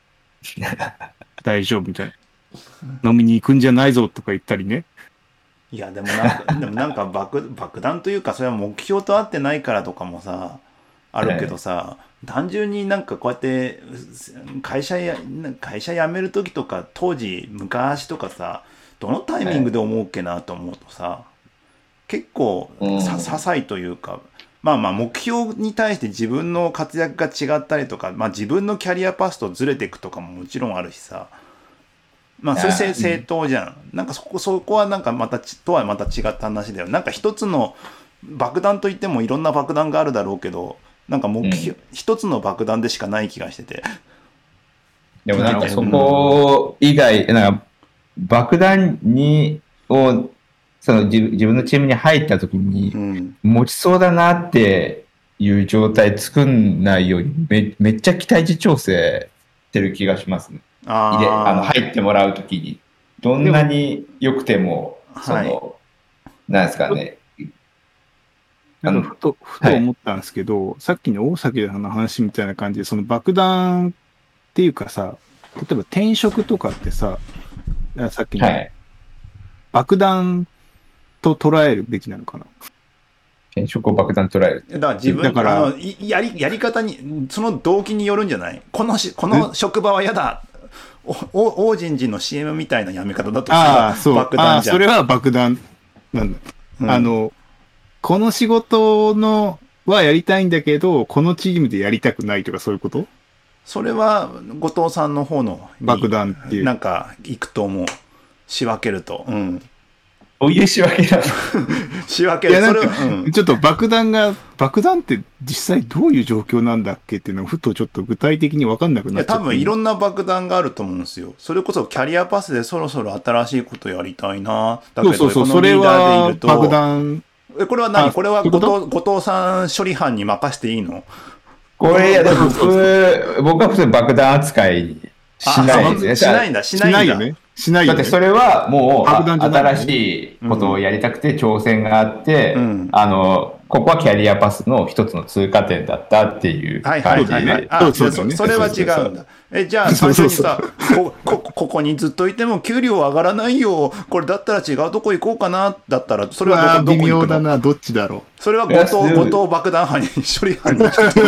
大丈夫みたいな。飲みに行くんじゃないぞとか言ったりね。 いやでもなんかでもなんか爆爆弾というかそれは目標と合ってないからとかもさあるけどさ、単純になんかこうやって会社や会社辞める時とか当時昔とかさどのタイミングで思うっけなと思うとさ結構うんさ些細というかまあまあ目標に対して自分の活躍が違ったりとか、まあ、自分のキャリアパスとずれていくとかももちろんあるしさまあそれ正正当じゃん。なんかそこそこはなんかまたちとはまた違った話だよ。なんか一つの爆弾といってもいろんな爆弾があるだろうけどなんか目標、 うん一つの爆弾でしかない気がしてて。 でもなんかそこ以外、なんか爆弾に、を、その自自分のチームに入った時にう、ん。 持ちそうだなっていう状態作んないようにめ、めっちゃ期待値調整してる気がしますね。 あで、あの、 あ。 入ってもらう時に。どんなに良くても、その、 はいなんですかね。あのなんかふと、ふと思ったんですけど、さっきの大崎の話みたいな感じで、その爆弾っていうかさ、例えば転職とかってさ、さっきのはい。 爆弾と捉えるべきなのかな。 転職を爆弾捉える。 だから自分だからあのいやりやり方にその動機によるんじゃないこのしこの職場は嫌だおお王人寺の シーエム みたいなやめ方だとああ、そう。ああ、 爆弾じゃん。 それは爆弾なんだ。 うんあの、この仕事のはやりたいんだけど、このチームでやりたくないとかそういうことそれは後藤さんの方のに爆弾っていう。 なんか行くと思う仕分けると、うん、 どういう仕分けなの？ 仕分けいや、なんかるそれは、うん、 ちょっと爆弾が、爆弾って実際どういう状況なんだっけっていうのがふとちょっと具体的に分かんなくいやなっちゃって。 多分いろんな爆弾があると思うんですよ。それこそキャリアパスでそろそろ新しいことやりたいな。だけどそうそうそう、それこのリーダーでいはると爆弾。 えこれは何あこれはそういうこと後藤後藤さん処理班に任せていいの？ これ、いや、でもそう僕、僕は普通に爆弾扱いしないですね。 あしないんだししないんだないよね。しないよね。 だってそれはもう、 爆弾じゃない新しいことをやりたくて挑戦があって、 うんあの、ここはキャリアパスの一つの通過点だったっていうはいはいはい、はい。あ、 そうそうそうそそれは違うんだ。え、じゃあそうそうそう最初にさ、こ、こ、ここにずっといても給料上がらないよ。これだったら違うとこ行こうかな。だったら、それはどこ、ど微こ行くの？ 妙だな、どっちだろそれは後いや藤、 すごい後藤爆弾犯に、処理班に。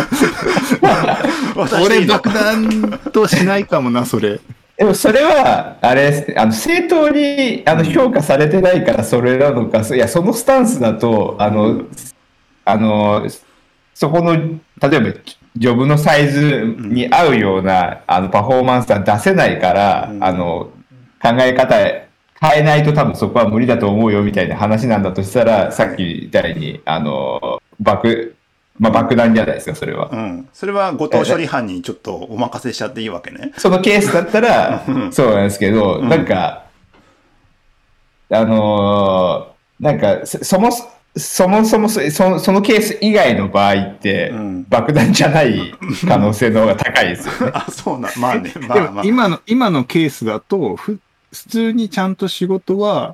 う。俺爆弾としないかもな、それ。 でもそれは、あれですね、あの、正当に、あの、評価されてないからそれなのか、いや、そのスタンスだと、あの、あの、そこの、例えば、ジョブのサイズに合うような、あの、パフォーマンスは出せないから、 うんあの、考え方変えないと多分そこは無理だと思うよみたいな話なんだとしたら、さっきみたいに、あの、爆、まあ、爆弾じゃないですか、それは。 うん。それは後藤処理班にちょっとお任せしちゃっていいわけね。 そのケースだったら、そうなんですけど、 うんなんか、あのーなんか、そそも、そもそもそそそのケース以外の場合って、 うん爆弾じゃない可能性の方が高いですよね。 あ、そうな。まあね。まであまあ。 も今の、今のケースだと、ふ普通にちゃんと仕事は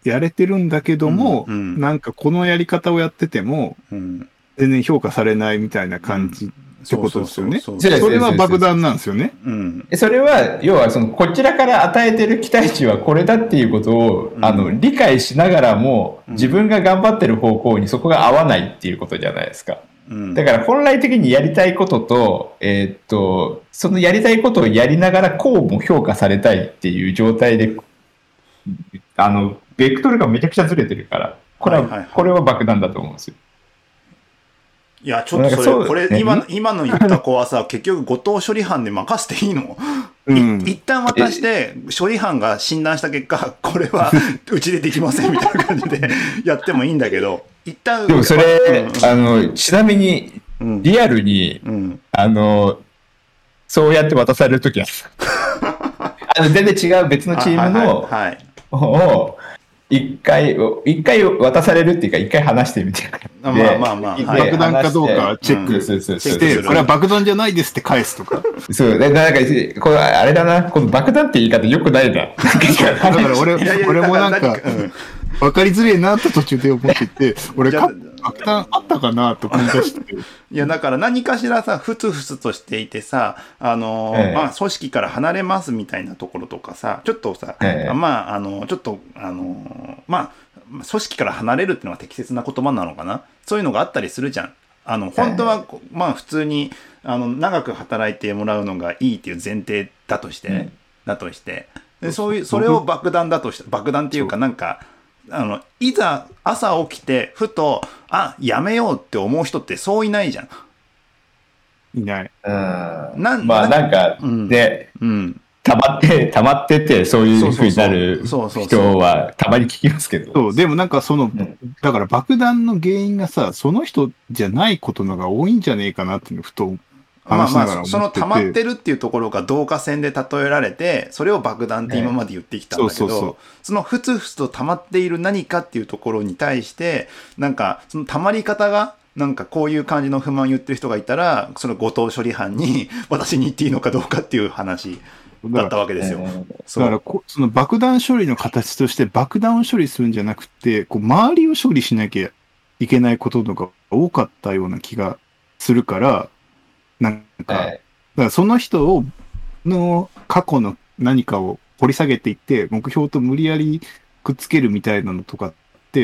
やれてるんだけども、 うんうん、 なんかこのやり方をやってても、うん、全然評価されないみたいな感じってことですよね。それは爆弾なんですよね。 うん、それは、要はその、こちらから与えてる期待値はこれだっていうことを、うん、あの、理解しながらも、自分が頑張ってる方向にそこが合わないっていうことじゃないですか。うん、だから本来的にやりたいことと、えー、っと、そのやりたいことをやりながらこうも評価されたいっていう状態で、あの、ベクトルがめちゃくちゃずれてるから、これは、はいはいはい、これは爆弾だと思うんですよ。 いや、ちょっとそれ、そこれ、ね、今、今の言った子はさ、結局、後藤処理班で任せていいの、うん、一旦渡して、処理班が診断した結果、これは、うちでできませんみたいな感じでやってもいいんだけど、一旦。 でもそれ、うん、あの、ちなみに、リアルに、うん、あの、そうやって渡されるときは、あの、全然違う別のチームの、はいはいはい、を、一回、一回渡されるっていうか、一回話してみて。 まあまあまあ、 爆弾かどうかチェックして、これは爆弾じゃないですって返すとか。 そう。で、なんか、これ、あれだな、この爆弾って言い方良くないな。だから俺、俺もなんか、分かりづれえなって途中で思ってて、俺、爆弾あったかなと思い出して。 いや、だから何かしらさ、ふつふつとしていてさ、あの、ええ、まあ、組織から離れますみたいなところとかさ、ちょっとさ、ええ、まあ、あの、ちょっと、あの、まあ、組織から離れるっていうのが適切な言葉なのかな。そういうのがあったりするじゃん。あの、本当は、ええ、まあ、普通に、あの、長く働いてもらうのがいいっていう前提だとして、うん、だとして、でそういう、それを爆弾だとして、爆弾っていうかなんか、あの、いざ朝起きて、ふと、あ、やめようって思う人ってそういないじゃん。 いない。 うん。なまあなんか、ね、うん。溜まって、溜まってて、そういう風になる人はたまに聞きますけど。 そう、でもなんかその、うん、だから爆弾の原因がさ、その人じゃないことのが多いんじゃねえかなっていうのをふとまあまあ、その溜まってるっていうところが導火線で例えられて、それを爆弾って今まで言ってきたんだけど、そのふつふつと溜まっている何かっていうところに対して、なんか、その溜まり方が、なんかこういう感じの不満を言ってる人がいたら、その後藤処理班に私に言っていいのかどうかっていう話だったわけですよ。 だからこ、その爆弾処理の形として爆弾を処理するんじゃなくて、こう周りを処理しなきゃいけないことのが多かったような気がするから、なんか、だからその人を、の過去の何かを掘り下げていって、目標と無理やりくっつけるみたいなのとかって、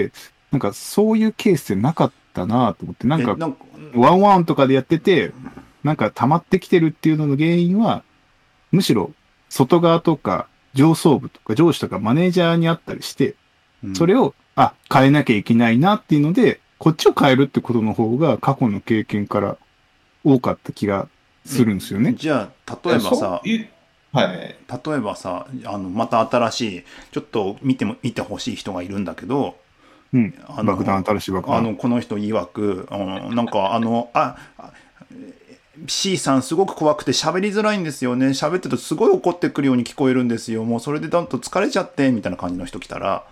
なんかそういうケースってなかったなと思って、なんか、ワンワンとかでやってて、なんか溜まってきてるっていうのの原因は、むしろ外側とか上層部とか上司とかマネージャーにあったりして、それを、あ、変えなきゃいけないなっていうので、こっちを変えるってことの方が過去の経験から多かった気がするんですよね。 じゃあ、例えばさ、はい、例えばさ、あの、また新しい、ちょっと見ても、見てほしい人がいるんだけど、 うん。あの爆弾、新しい爆弾。 あの、この人曰く、あのなんか、あの、あ、C さんすごく怖くて喋りづらいんですよね。喋ってるとすごい怒ってくるように聞こえるんですよ。もうそれでだんと疲れちゃって、みたいな感じの人来たら、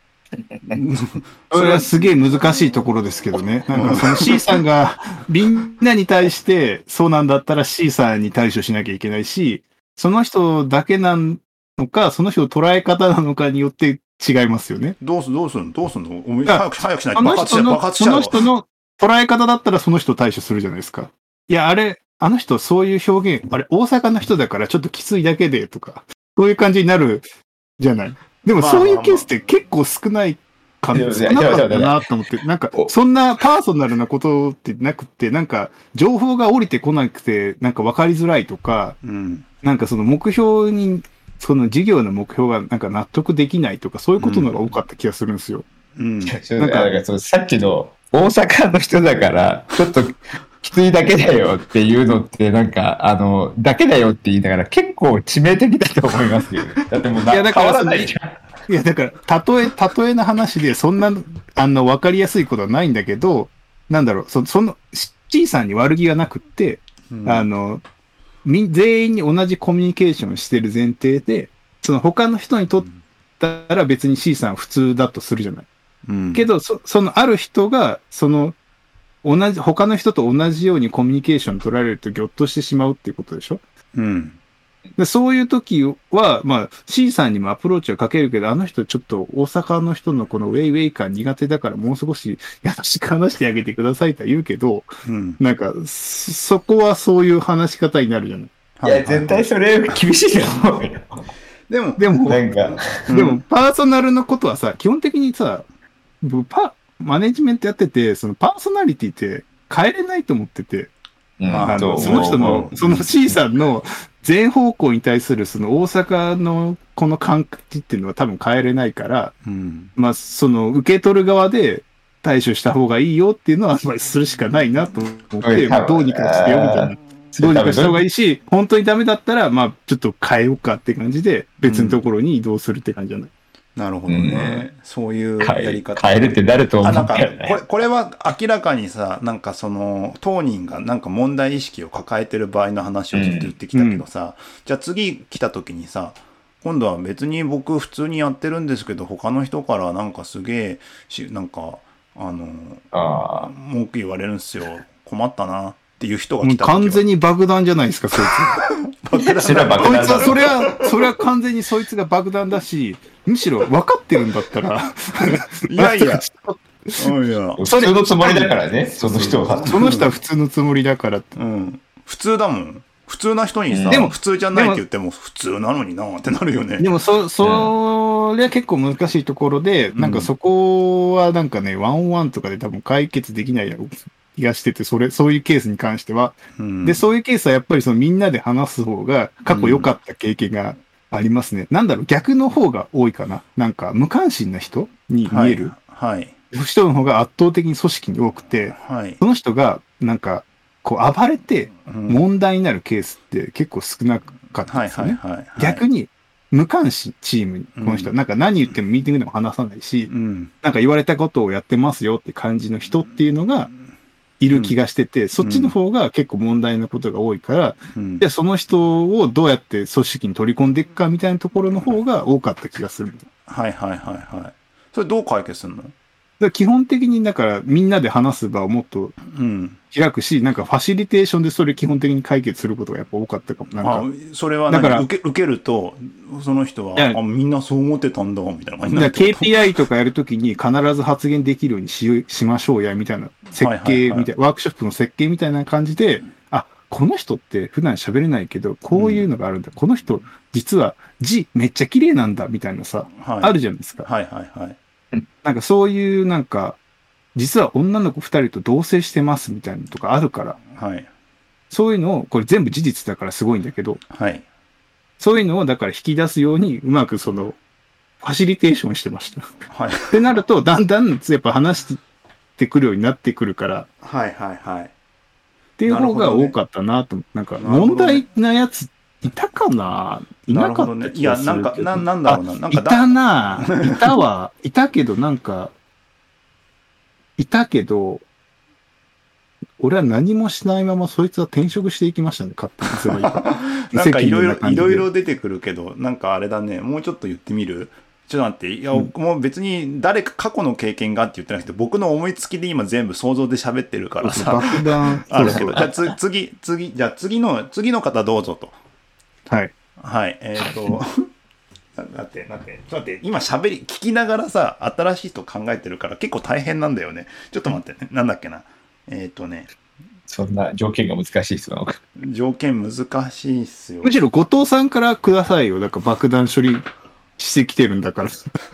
それはすげえ難しいところですけどね。なんかその C さんがみんなに対してそうなんだったら C さんに対処しなきゃいけないし、その人だけなのか、その人の捉え方なのかによって違いますよね。 どうす、どうするのどうするの早く、早くしないと爆発しちゃう。爆発しちゃう。その人の捉え方だったらその人対処するじゃないですか。いや、あれ、あの人そういう表現、あれ、大阪の人だからちょっときついだけでとか、そういう感じになるじゃない。でもそういうケースって結構少ない感じ、少なかったなと思って、なんか、そんなパーソナルなことってなくて、なんか、情報が降りてこなくて、なんか分かりづらいとか、うん、なんかその目標に、その事業の目標がなんか納得できないとか、そういうことのが多かった気がするんですよ。 うん。なんか、なんかそのさっきの大阪の人だから、ちょっと、きついだけだよっていうのって、なんか、あの、だけだよって言いながら結構致命的だと思いますよ。だってもうな、変わらないじゃん。 いや、だから、例え、例えの話で、そんな、あの、わかりやすいことはないんだけど、なんだろう、そその、C さんに悪気がなくって、うん、あの、み、全員に同じコミュニケーションしてる前提で、その他の人にとったら別に C さん普通だとするじゃない。うん、けど、そ、そのある人が、その、同じ、他の人と同じようにコミュニケーション取られるとギョッとしてしまうっていうことでしょ？ うん。 でそういう時は、まあ、C さんにもアプローチはかけるけど、あの人ちょっと大阪の人のこのウェイウェイ感苦手だからもう少し優しく話してあげてくださいとは言うけど、 うん。 なんか、そそこはそういう話し方になるじゃない。 いや、絶対それ厳しいと思うよ。 でも、 でも、 なんか、 でも、パーソナルのことはさ、基本的にさ、僕パ、マネジメントやってて、そのパーソナリティって変えれないと思ってて、 うんああの、 そうその人の、 うんその C さんの全方向に対するその大阪のこの感じっていうのは多分変えれないから、 うん。 まあ、その受け取る側で対処した方がいいよっていうのは、まあ、するしかないなと思って、まあどうにかしてよみたいな。どうにかした方がいいし、本当にダメだったら、まあ、ちょっと変えようかって感じで、別のところに移動するって感じじゃない。 なるほどね。そういう変えやり方。 変えるってなると思あ、 うなんか、 んだよね。 これ、これは明らかにさ、なんかその、当人がなんか問題意識を抱えてる場合の話をずっと言ってきたけどさ、じゃあ次来た時にさ、今度は別に僕普通にやってるんですけど、他の人からなんかすげえ、し、なんか、あの、 あ文句言われるんすよ。困ったなっていう人がもう来た時は。 完全に爆弾じゃないですか、そいあ。それはつ。 爆弾だこいつは、それは、それは完全にそいつが爆弾だし、むしろ分かってるんだったら、 いやいや、うんいや、 普通のつもりだからね、その人は。 その人は普通のつもりだからって。 うん。普通だもん。普通な人にさ、 でも普通じゃないって言っても普通なのになってなるよね。 でも、そ、それは結構難しいところで、なんかそこはなんかね、ワンオンワンとかで多分解決できない気がしてて、それ、そういうケースに関しては。 うんで、そういうケースはやっぱりそのみんなで話す方が過去良かった経験がありますね。なんだろう、逆の方が多いかな。なんか無関心な人に見えるはい。 人の方が圧倒的に組織に多くて、 はい。 その人がなんかこう暴れてうん問題になるケースって結構少なかったはいですよね。 はいはい。 逆に無関心チームに、この人はなんか何言ってもミーティングでも話さないし、 うん。 なんか言われたことをやってますよって感じの人っていうのがいる気がしてて、そっちの方が結構問題なことが多いから、 うんじゃあその人をどうやって組織に取り込んでいくかみたいなところの方が多かった気がする。だかはいはいはいはい。それどう解決するの？ ら基本的にだからみんなで話す場をもっとうん。 開くし、なんかファシリテーションでそれ基本的に解決することがやっぱ多かったかも。なんあか、 それは何だから受け受けると、その人は、 いやあ、みんなそう思ってたんだ、みたいな感じになだからるってこと。 ケーピーアイ とかやるときに必ず発言できるようにししましょうや、みたいな設はいはいはい計みたいな、ワークショップの設計みたいな感じで、あ、この人って普段喋れないけど、こういうのがあるんだ。この人、実は字めっちゃ綺麗なんだ、みたいなさ、 はい、 あるじゃないですか。 はいはいはい。 なんかそういうなんか、実は女の子二人と同棲してますみたいなのとかあるから、 はい。 そういうのを、これ全部事実だからすごいんだけど、 はい。 そういうのをだから引き出すように、うまくその、ファシリテーションしてました。 はい。 ってなると、だんだんやっぱ話してくるようになってくるから、 はいはいはい。 っていう方が多かったなと。なんか、問題なやついたかないなかった気がするけど。 いや、なんか、ななんだろうな。なんかいたないたわ。いたけど、なんか、いたけど、俺は何もしないままそいつは転職していきましたね、勝手にすればいいか。 なんかいろいろ、いろいろで。 出てくるけど、なんかあれだね、もうちょっと言ってみる？ちょっと待って、いや、 うんもう別に誰か過去の経験がって言ってなくて、僕の思いつきで今全部想像で喋ってるからさ、 爆弾。 あるけど、 そうそうじゃあつ次、次、じゃあ次の、次の方どうぞと。 はい。 はい、えっ、と、な待って、待って、ちょっと待って、今喋り、聞きながらさ、新しい人考えてるから結構大変なんだよね。ちょっと待ってね、なんだっけな。えっ、とね、 そんな条件が難しいですよ。 条件難しいっすよ。 むしろ後藤さんからくださいよ。だから爆弾処理してきてるんだから。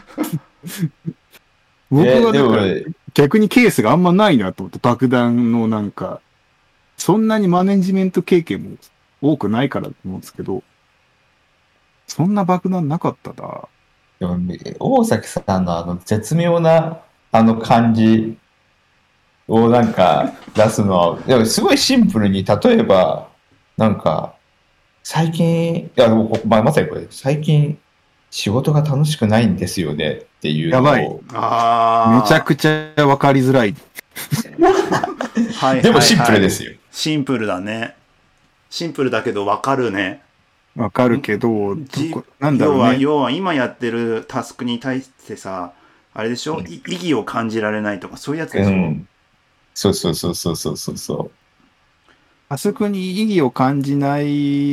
僕はだから逆にケースがあんまないなと思って、爆弾のなんか、そんなにマネジメント経験も多くないからと思うんですけど、そんな爆弾なかったな。 でも大崎さんのあの絶妙なあの感じをなんか出すのは、でもすごいシンプルに、例えば、なんか、最近、いや、まあ、まさにこれ、最近仕事が楽しくないんですよねっていうのを。 やばい。 あめちゃくちゃ分かりづらい。 はい、 でもシンプルですよ。 シンプルだね。シンプルだけど分かるね。 わかるけど、どこなんだろ要は、 うね。 要は今やってるタスクに対してさ、あれでしょ、い意義を感じられないとかそういうやつでしょ、 うん、そうそうそうそうそうそうそう。 タスクに意義を感じない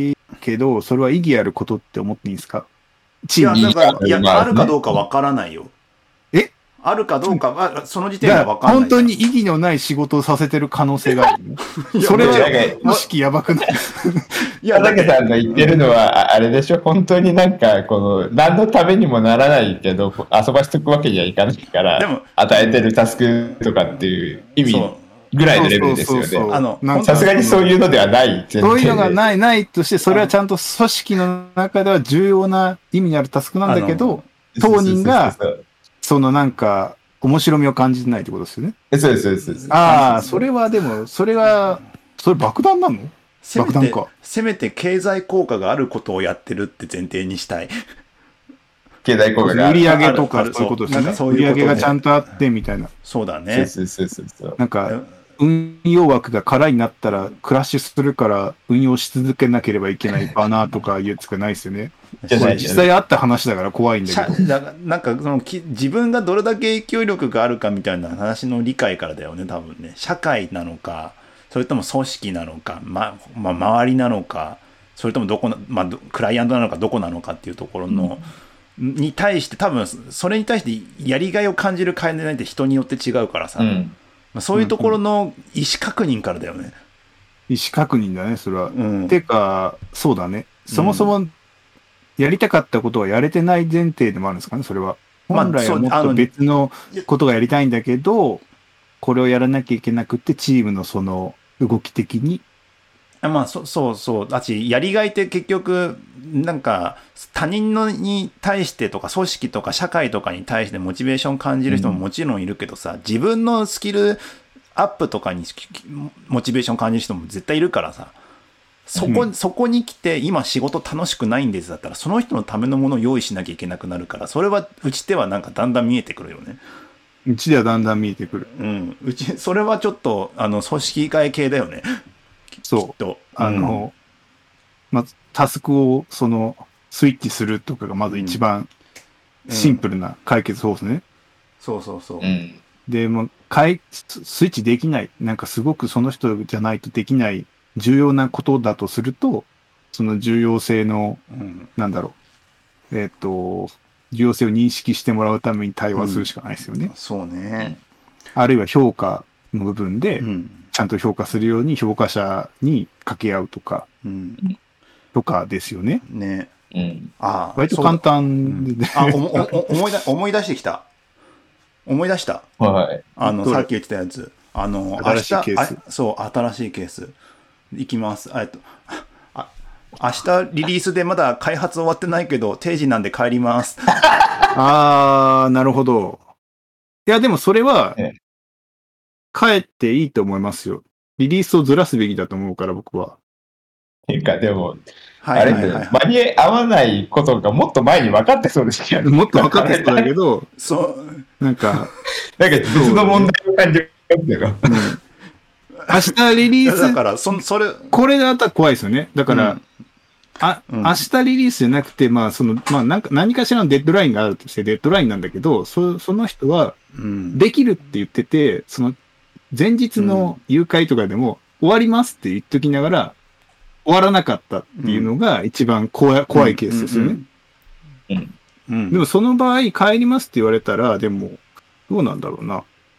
けど、それは意義あることって思っていいんですか？ いや、 チームに。 だから、いや、 まあねあるかどうかわからないよ。 えあるかどうかは、その時点じゃあでわかんない。 本当に意義のない仕事をさせてる可能性があるのいやそれはなんか組織やばくない？ いや、だって田中さんが言ってるのは、ああれでしょ、本当になんか、この、何のためにもならないけど、遊ばしとくわけにはいかないから、 でも与えてるタスクとかっていう意味そぐらいのレベルですよそうそうそうね。 あのなんかさすがにそういうのではない前提で。 そういうのがないないとして、それはちゃんと組織の中では重要な意味のあるタスクなんだけど、当人がそうそうそのなんか面白みを感じてないってことですよね。 そうそうそうそうそう。 ああ、それはでも、それは、それ爆弾なの？ せめて爆弾か、 せめて経済効果があることをやってるって前提にしたい。 経済効果があ売る。 り上げとかあるそういうことですね。 なんかそう売りいうことで上げがちゃんとあってみたいな。 そうだね。 そうそうそうそう。 なんか、運用枠が空になったらクラッシュするから運用し続けなければいけないバナーとかいうやつがないですよね。 じゃないこれ実際あった話だから怖いんだしゃけど。 だからなんかそのき自分がどれだけ影響力があるかみたいな話の理解からだよね、多分ね。社会なのか、それとも組織なのか、ままあ、周りなのか、それともどこな、まあ、どクライアントなのかどこなのかっていうところの、に対して多分それに対してやりがいを感じる感じないって人によって違うからさ、 うん。 まあ、そういうところの意思確認からだよね。 意思確認だね、それは。 うん。 てか、そうだね。そもそもやりたかったことはやれてない前提でもあるんですかね、それは。 まあ本来はもっとそうあの別のことがやりたいんだけど、これをやらなきゃいけなくって、チームのその動き的に。 まあそそうそうだし、やりがいって結局なんか他人のに対してとか組織とか社会とかに対してモチベーション感じる人ももちろんいるけどさ、うん、自分のスキルアップとかにモチベーション感じる人も絶対いるからさ、そこ、うん、そこに来て今仕事楽しくないんですだったらその人のためのものを用意しなきゃいけなくなるから、それはうちではなんかだんだん見えてくるよね。 うちではだんだん見えてくる。 うん、うちそれはちょっとあの組織外系だよね。 そう。あの、うん、まずタスクをそのスイッチするとかがまず一番シンプルな解決方法ですね。うんうん、 そうそうそう。 うん、 で、もうスイッチできない、なんかすごくその人じゃないとできない重要なことだとすると、その重要性の、うん、なんだろう、えっと、重要性を認識してもらうために対話するしかないですよね。 うん、そうね。 あるいは評価の部分で、 うんちゃんと評価するように評価者に掛け合うとか、うん、とかですよね。 ね。 うん、 ああ、 割と簡単で、うん、 あおお思いだ思い出してきた。思い出した。 はい。 あのさっき言ってたやつ。あの新しいケース。 そう新しいケース。いきます。えっとあ明日リリースでまだ開発終わってないけど定時なんで帰ります。 ああなるほど。いやでもそれは。ええ帰っていいと思いますよ。リリースをずらすべきだと思うから、僕は。 ていうか、でも、 はいはいはいはい、 あれ、間に合わないことがもっと前に分かってそうですよね。 もっと分かってそうだけど、 そう。 なんか、 なんか別の問題を感じますけど。うん、 明日リリース、 だからそ、それ、 これだったら怖いですよね。だから、うんあ、うん、明日リリースじゃなくて、まあ、その、まあ、なんか、何かしらのデッドラインがあるとして、デッドラインなんだけど、そ、その人は、できるって言ってて、その、前日の誘拐とかでも、終わりますって言っときながら、終わらなかったっていうのが一番怖い、怖いケースですよね。 うんうん、でもその場合、帰りますって言われたら、でも、どうなんだろうな。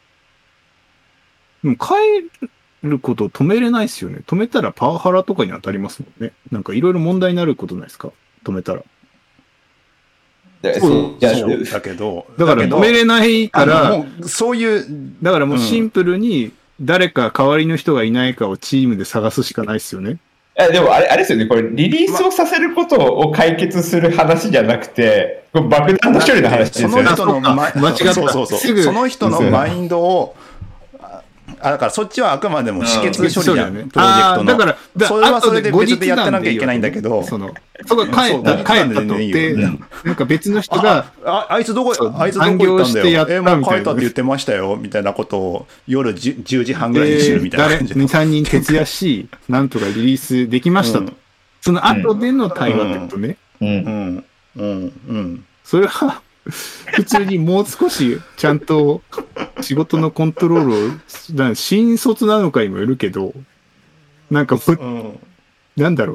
でも帰ることを止めれないですよね。止めたらパワハラとかに当たりますもんね。なんかいろいろ問題になることないですか？止めたら。 そうだけど、 だから止めれないから、 もうそういう、 だからもうシンプルに誰か代わりの人がいないかをチームで探すしかないですよね。 えでもあれ、あれですよね、これリリースをさせることを解決する話じゃなくて、これ爆弾の処理の話ですよね。 その人の間違った。 そうそうそう。その人のマインドを、あだからそっちはあくまでも止血処理じゃん、うん、プロジェクトの。 だから、だそれはそれで別でやってなきゃいけないんだけど、 その、そこ帰った、帰ったとって、なんか別の人が、 あ、あいつどこ、あいつどこ行ったんだよ。え、もう帰ったって言ってましたよ、みたいなことを夜じゅうじはんぐらいに知るみたいな感じで。 に、さんにん徹夜し、なんとかリリースできましたと。うん、その後での対話ってことね。 うん。うん。うん。うん。 それは、普通にもう少しちゃんと仕事のコントロールを、新卒なのかにもよるけど、なんか、うん、なんだろう、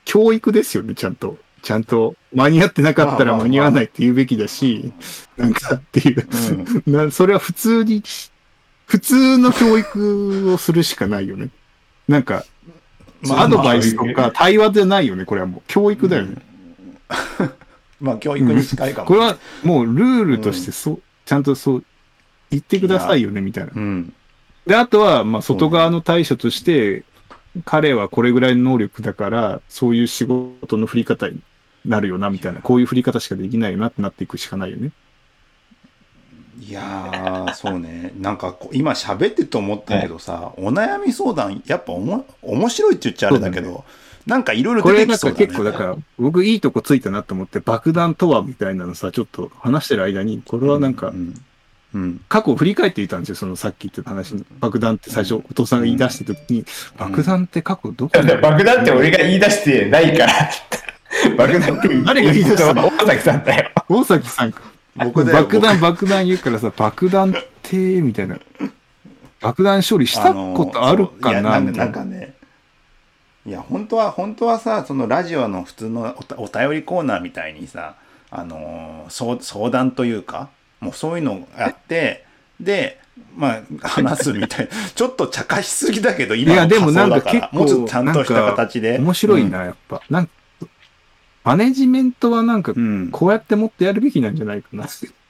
教育ですよね、ちゃんと。ちゃんと間に合ってなかったら間に合わないって言うべきだし、なんかっていう、うん、な。それは普通に、普通の教育をするしかないよね。なんか、まあ、アドバイスとか対話じゃないよね、これはもう。教育だよね。 うん、まあ、教育に近いかも、 これはもうルールとしてそう、うん、ちゃんとそう言ってくださいよね、みたいな。 うん、 で、あとは、まあ、外側の対処として、彼はこれぐらいの能力だから、そういう仕事の振り方になるよな、みたいな。こういう振り方しかできないよなってなっていくしかないよね。 いやー、そうね。なんか今喋ってて思ったけどさ、はい、お悩み相談、やっぱおも面白いって言っちゃあれだけど、ね、なんかいろいろ出てきそうだね。 これなんか結構、だから、僕いいとこついたなと思って、爆弾とはみたいなのさ、ちょっと話してる間に、これはなんか、うんうんうん、過去を振り返っていたんですよ、そのさっき言ってた話に。爆弾って最初、お父さんが言い出した時に、うん、爆弾って過去どこで爆弾って俺が言い出してないから。爆弾って誰が言い出したの？ 大崎さんだよ。 大崎さんか。僕で爆弾爆弾言うからさ、爆弾ってみたいな。爆弾処理したことあるかな、 あのー、いやなんかね、いや本当は本当はさ、そのラジオの普通のお便りコーナーみたいにさ、あのー、相談というか、もうそういうのをやってで。まあ、話すみたいな。ちょっと茶化しすぎだけど、今の仮想だから、もうちょっとちゃんとした形で。 面白いな、うん、やっぱ。なんか、マネジメントはなんか、こうやってもっとやるべきなんじゃないかな。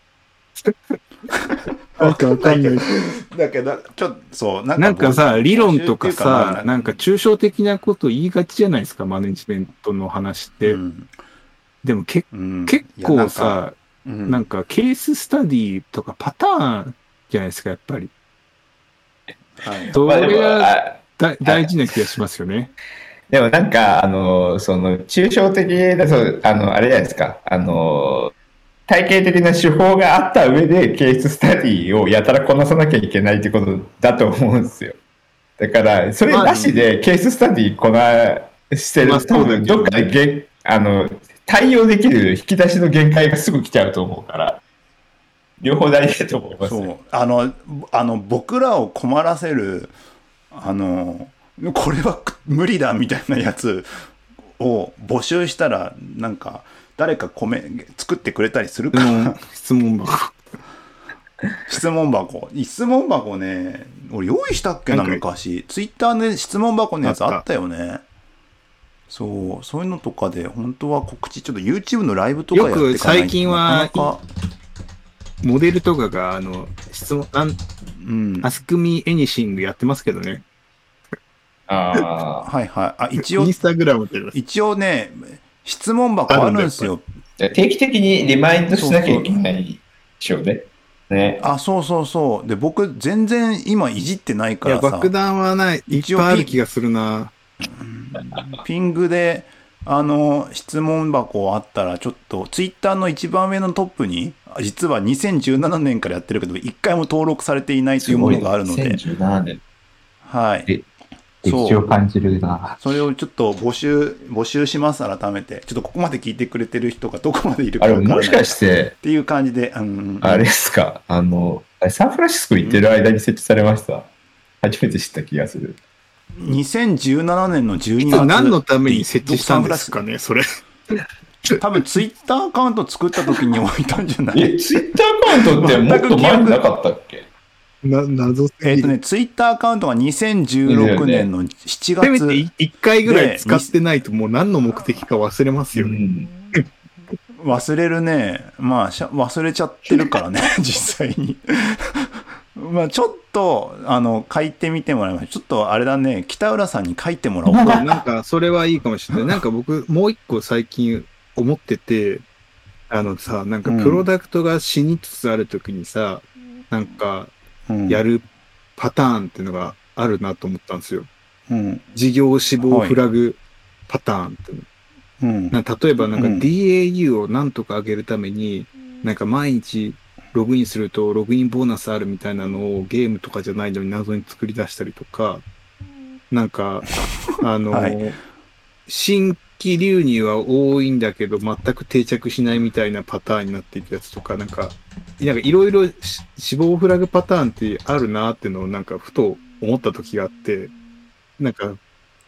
なんかわかんない。 だけど、ちょっと、そう、 なんか、なんかさ、理論とかさ、なんか抽象的なこと言いがちじゃないですか、マネジメントの話って。うん、でもけ、うん、結構さ、なんか、うん、なんかケーススタディとかパターン、じゃないですか、やっぱり。はい。それがだ大事な気がしますよね。 でもなんか、あの、その、抽象的だと、あの、あれじゃないですか、あの、体系的な手法があった上で、ケーススタディをやたらこなさなきゃいけないってことだと思うんですよ。だから、それなしでケーススタディこなしてると、多分どっかでげあの、対応できる引き出しの限界がすぐ来ちゃうと思うから、両方大事だと思います。 そう。あの、あの、僕らを困らせる、あの、これは無理だみたいなやつを募集したら、なんか、誰か米作ってくれたりするかな。 質問箱。 質問箱。質問箱ね、俺用意したっけな、昔。ツイッターで質問箱のやつあったよね。そう、そういうのとかで、本当は告知、ちょっと YouTube のライブとかやってかないと。 よく最近は、モデルとかが、あの、質問、なん、うん、アスクミエニシングやってますけどね。 ああ。 はいはい。あ、一応、 インスタグラムって一応ね、質問箱あるんですよ。 定期的にリマインドしなきゃいけないでしょうね。ね。 あ、そうそうそう。で、僕、全然今いじってないからさ。 いや、爆弾はない。いっぱいある気がするな。 ピングで、あの、質問箱あったら、ちょっと、ツイッターの一番上のトップに、実はにせんじゅうななねんからやってるけど、一回も登録されていないというものがあるので。 にせんじゅうななねん。 はい。 歴史を感じるな。 それをちょっと募集、募集します、改めて。ちょっとここまで聞いてくれてる人がどこまでいるか分からない。 あれ、もしかして、 っていう感じで、うん、 あれですか、あの、サンフランシスコ行ってる間に設置されました。うん、初めて知った気がする。 にせんじゅうななねんのじゅうにがつ。 何のために設置したんですかね、それ。 多分ツイッターアカウント作った時に置いたんじゃない？ え、ツイッターアカウントってもっと前になかったっけ？ な、謎すぎる。 えっとね、ツイッターアカウントがにせんじゅうろくねんのしちがつ。 せめていっかいぐらい使ってないともう何の目的か忘れますよね。 うん、忘れるね。まあ、忘れちゃってるからね、実際に。まあちょっと、あの、書いてみてもらいましょう。ちょっとあれだね、北浦さんに書いてもらおうか。 なんか、それはいいかもしれない。なんか僕、もう一個最近思ってて、あのさ、なんかプロダクトが死につつあるときにさ、うん、なんか、やるパターンっていうのがあるなと思ったんですよ。うん、事業死亡フラグパターンっていうの。うん、なんか例えばなんか ディーエーユー をなんとか上げるために、なんか毎日ログインするとログインボーナスあるみたいなのをゲームとかじゃないのに謎に作り出したりとか、なんか、あの、はい、新規流入は多いんだけど全く定着しないみたいなパターンになっていくやつとか、なんか、なんかいろいろ死亡フラグパターンってあるなっていうのをなんかふと思った時があって、なんか、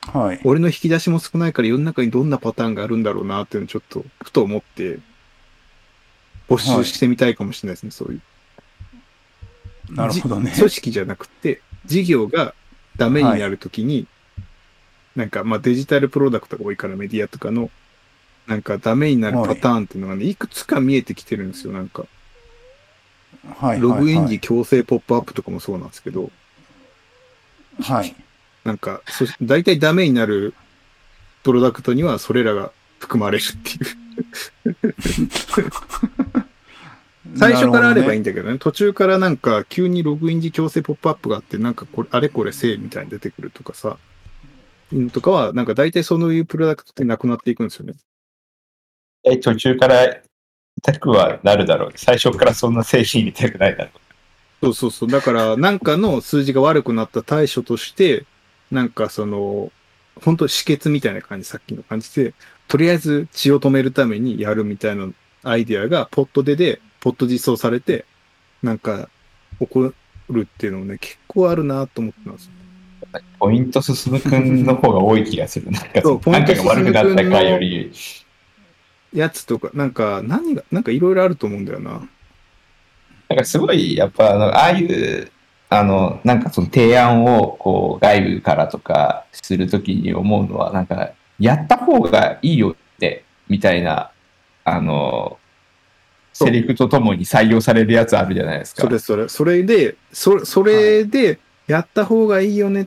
はい。 俺の引き出しも少ないから世の中にどんなパターンがあるんだろうなっていうのをちょっと、ふと思って、募集してみたいかもしれないですね、はい、そういう。 なるほどね。 組織じゃなくて、事業がダメになるときに、はい、なんか、まあデジタルプロダクトが多いからメディアとかの、なんかダメになるパターンっていうのがね、いくつか見えてきてるんですよ、なんか。 はい。 ログイン時強制ポップアップとかもそうなんですけど。 はい。 なんか、そ大体ダメになるプロダクトにはそれらが含まれるっていう最初からあればいいんだけどね、途中からなんか急にログイン時強制ポップアップがあって、なんかこれ、あれこれせえみたいに出てくるとかさ、とかは、なんか大体そういうプロダクトってなくなっていくんですよね。 え、途中から痛くはなるだろう。最初からそんな製品入れたくないだろう。 そうそうそう。だから、なんかの数字が悪くなった対処として、なんかその、本当止血みたいな感じ、さっきの感じで、とりあえず血を止めるためにやるみたいなアイディアが、ポットでで、ポット実装されて、なんか、起こるっていうのもね、結構あるなと思ってます。 ポイント進むくんの方が多い気がする。なんかその、なんかが悪くなったかより。 やつとか、なんか、何が、なんかいろいろあると思うんだよな。 なんかすごい、やっぱ、あの、ああいう、あの、なんかその提案を、こう、外部からとかするときに思うのは、なんか、やった方がいいよって、みたいな、あの、セリフとともに採用されるやつあるじゃないですか。 それそれ。それで、そそれで、やった方がいいよねって、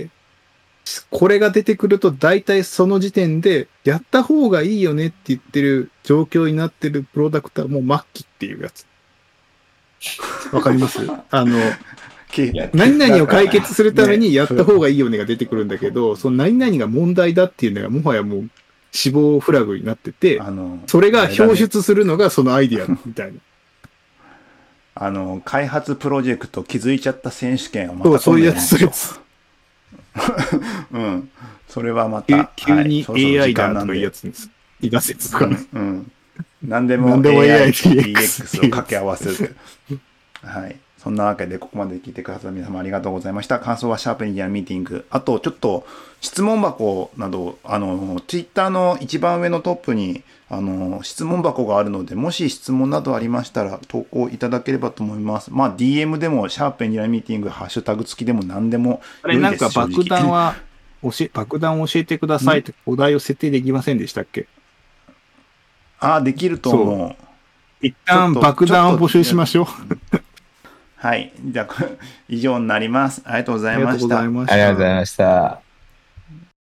これが出てくると、大体その時点で、やった方がいいよねって言ってる状況になってるプロダクトはもう末期っていうやつ。わかりますあの、何々を解決するためにやった方がいいよねが出てくるんだけど、その何々が問題だっていうのがもはやもう死亡フラグになってて、あのそれが表出するのがそのアイディアみたいな。 あの、開発プロジェクト気づいちゃった選手権はまたそういうやつ、そういうやつ。 うん。それはまた。 急に エーアイ だとかいうやつです。イガ説とかね。 うん。何でも エーアイ と ディーエックス を掛け合わせる。はい。そんなわけで、ここまで聞いてくださった皆様ありがとうございました。感想はシャープメディアミーティング。あと、ちょっと質問箱など、あの、ツイッターの一番上のトップに、あの、質問箱があるので、もし質問などありましたら、投稿いただければと思います。まあ、ディーエム でも、シャープメディアミーティング、ハッシュタグ付きでも何でも良いです。あれ、なんか爆弾は、教え、爆弾を教えてくださいってお題を設定できませんでしたっけ？ ああ、できると思う。 一旦爆弾を募集しましょう。 はい。じゃあ、以上になります。ありがとうございました。 ありがとうございました。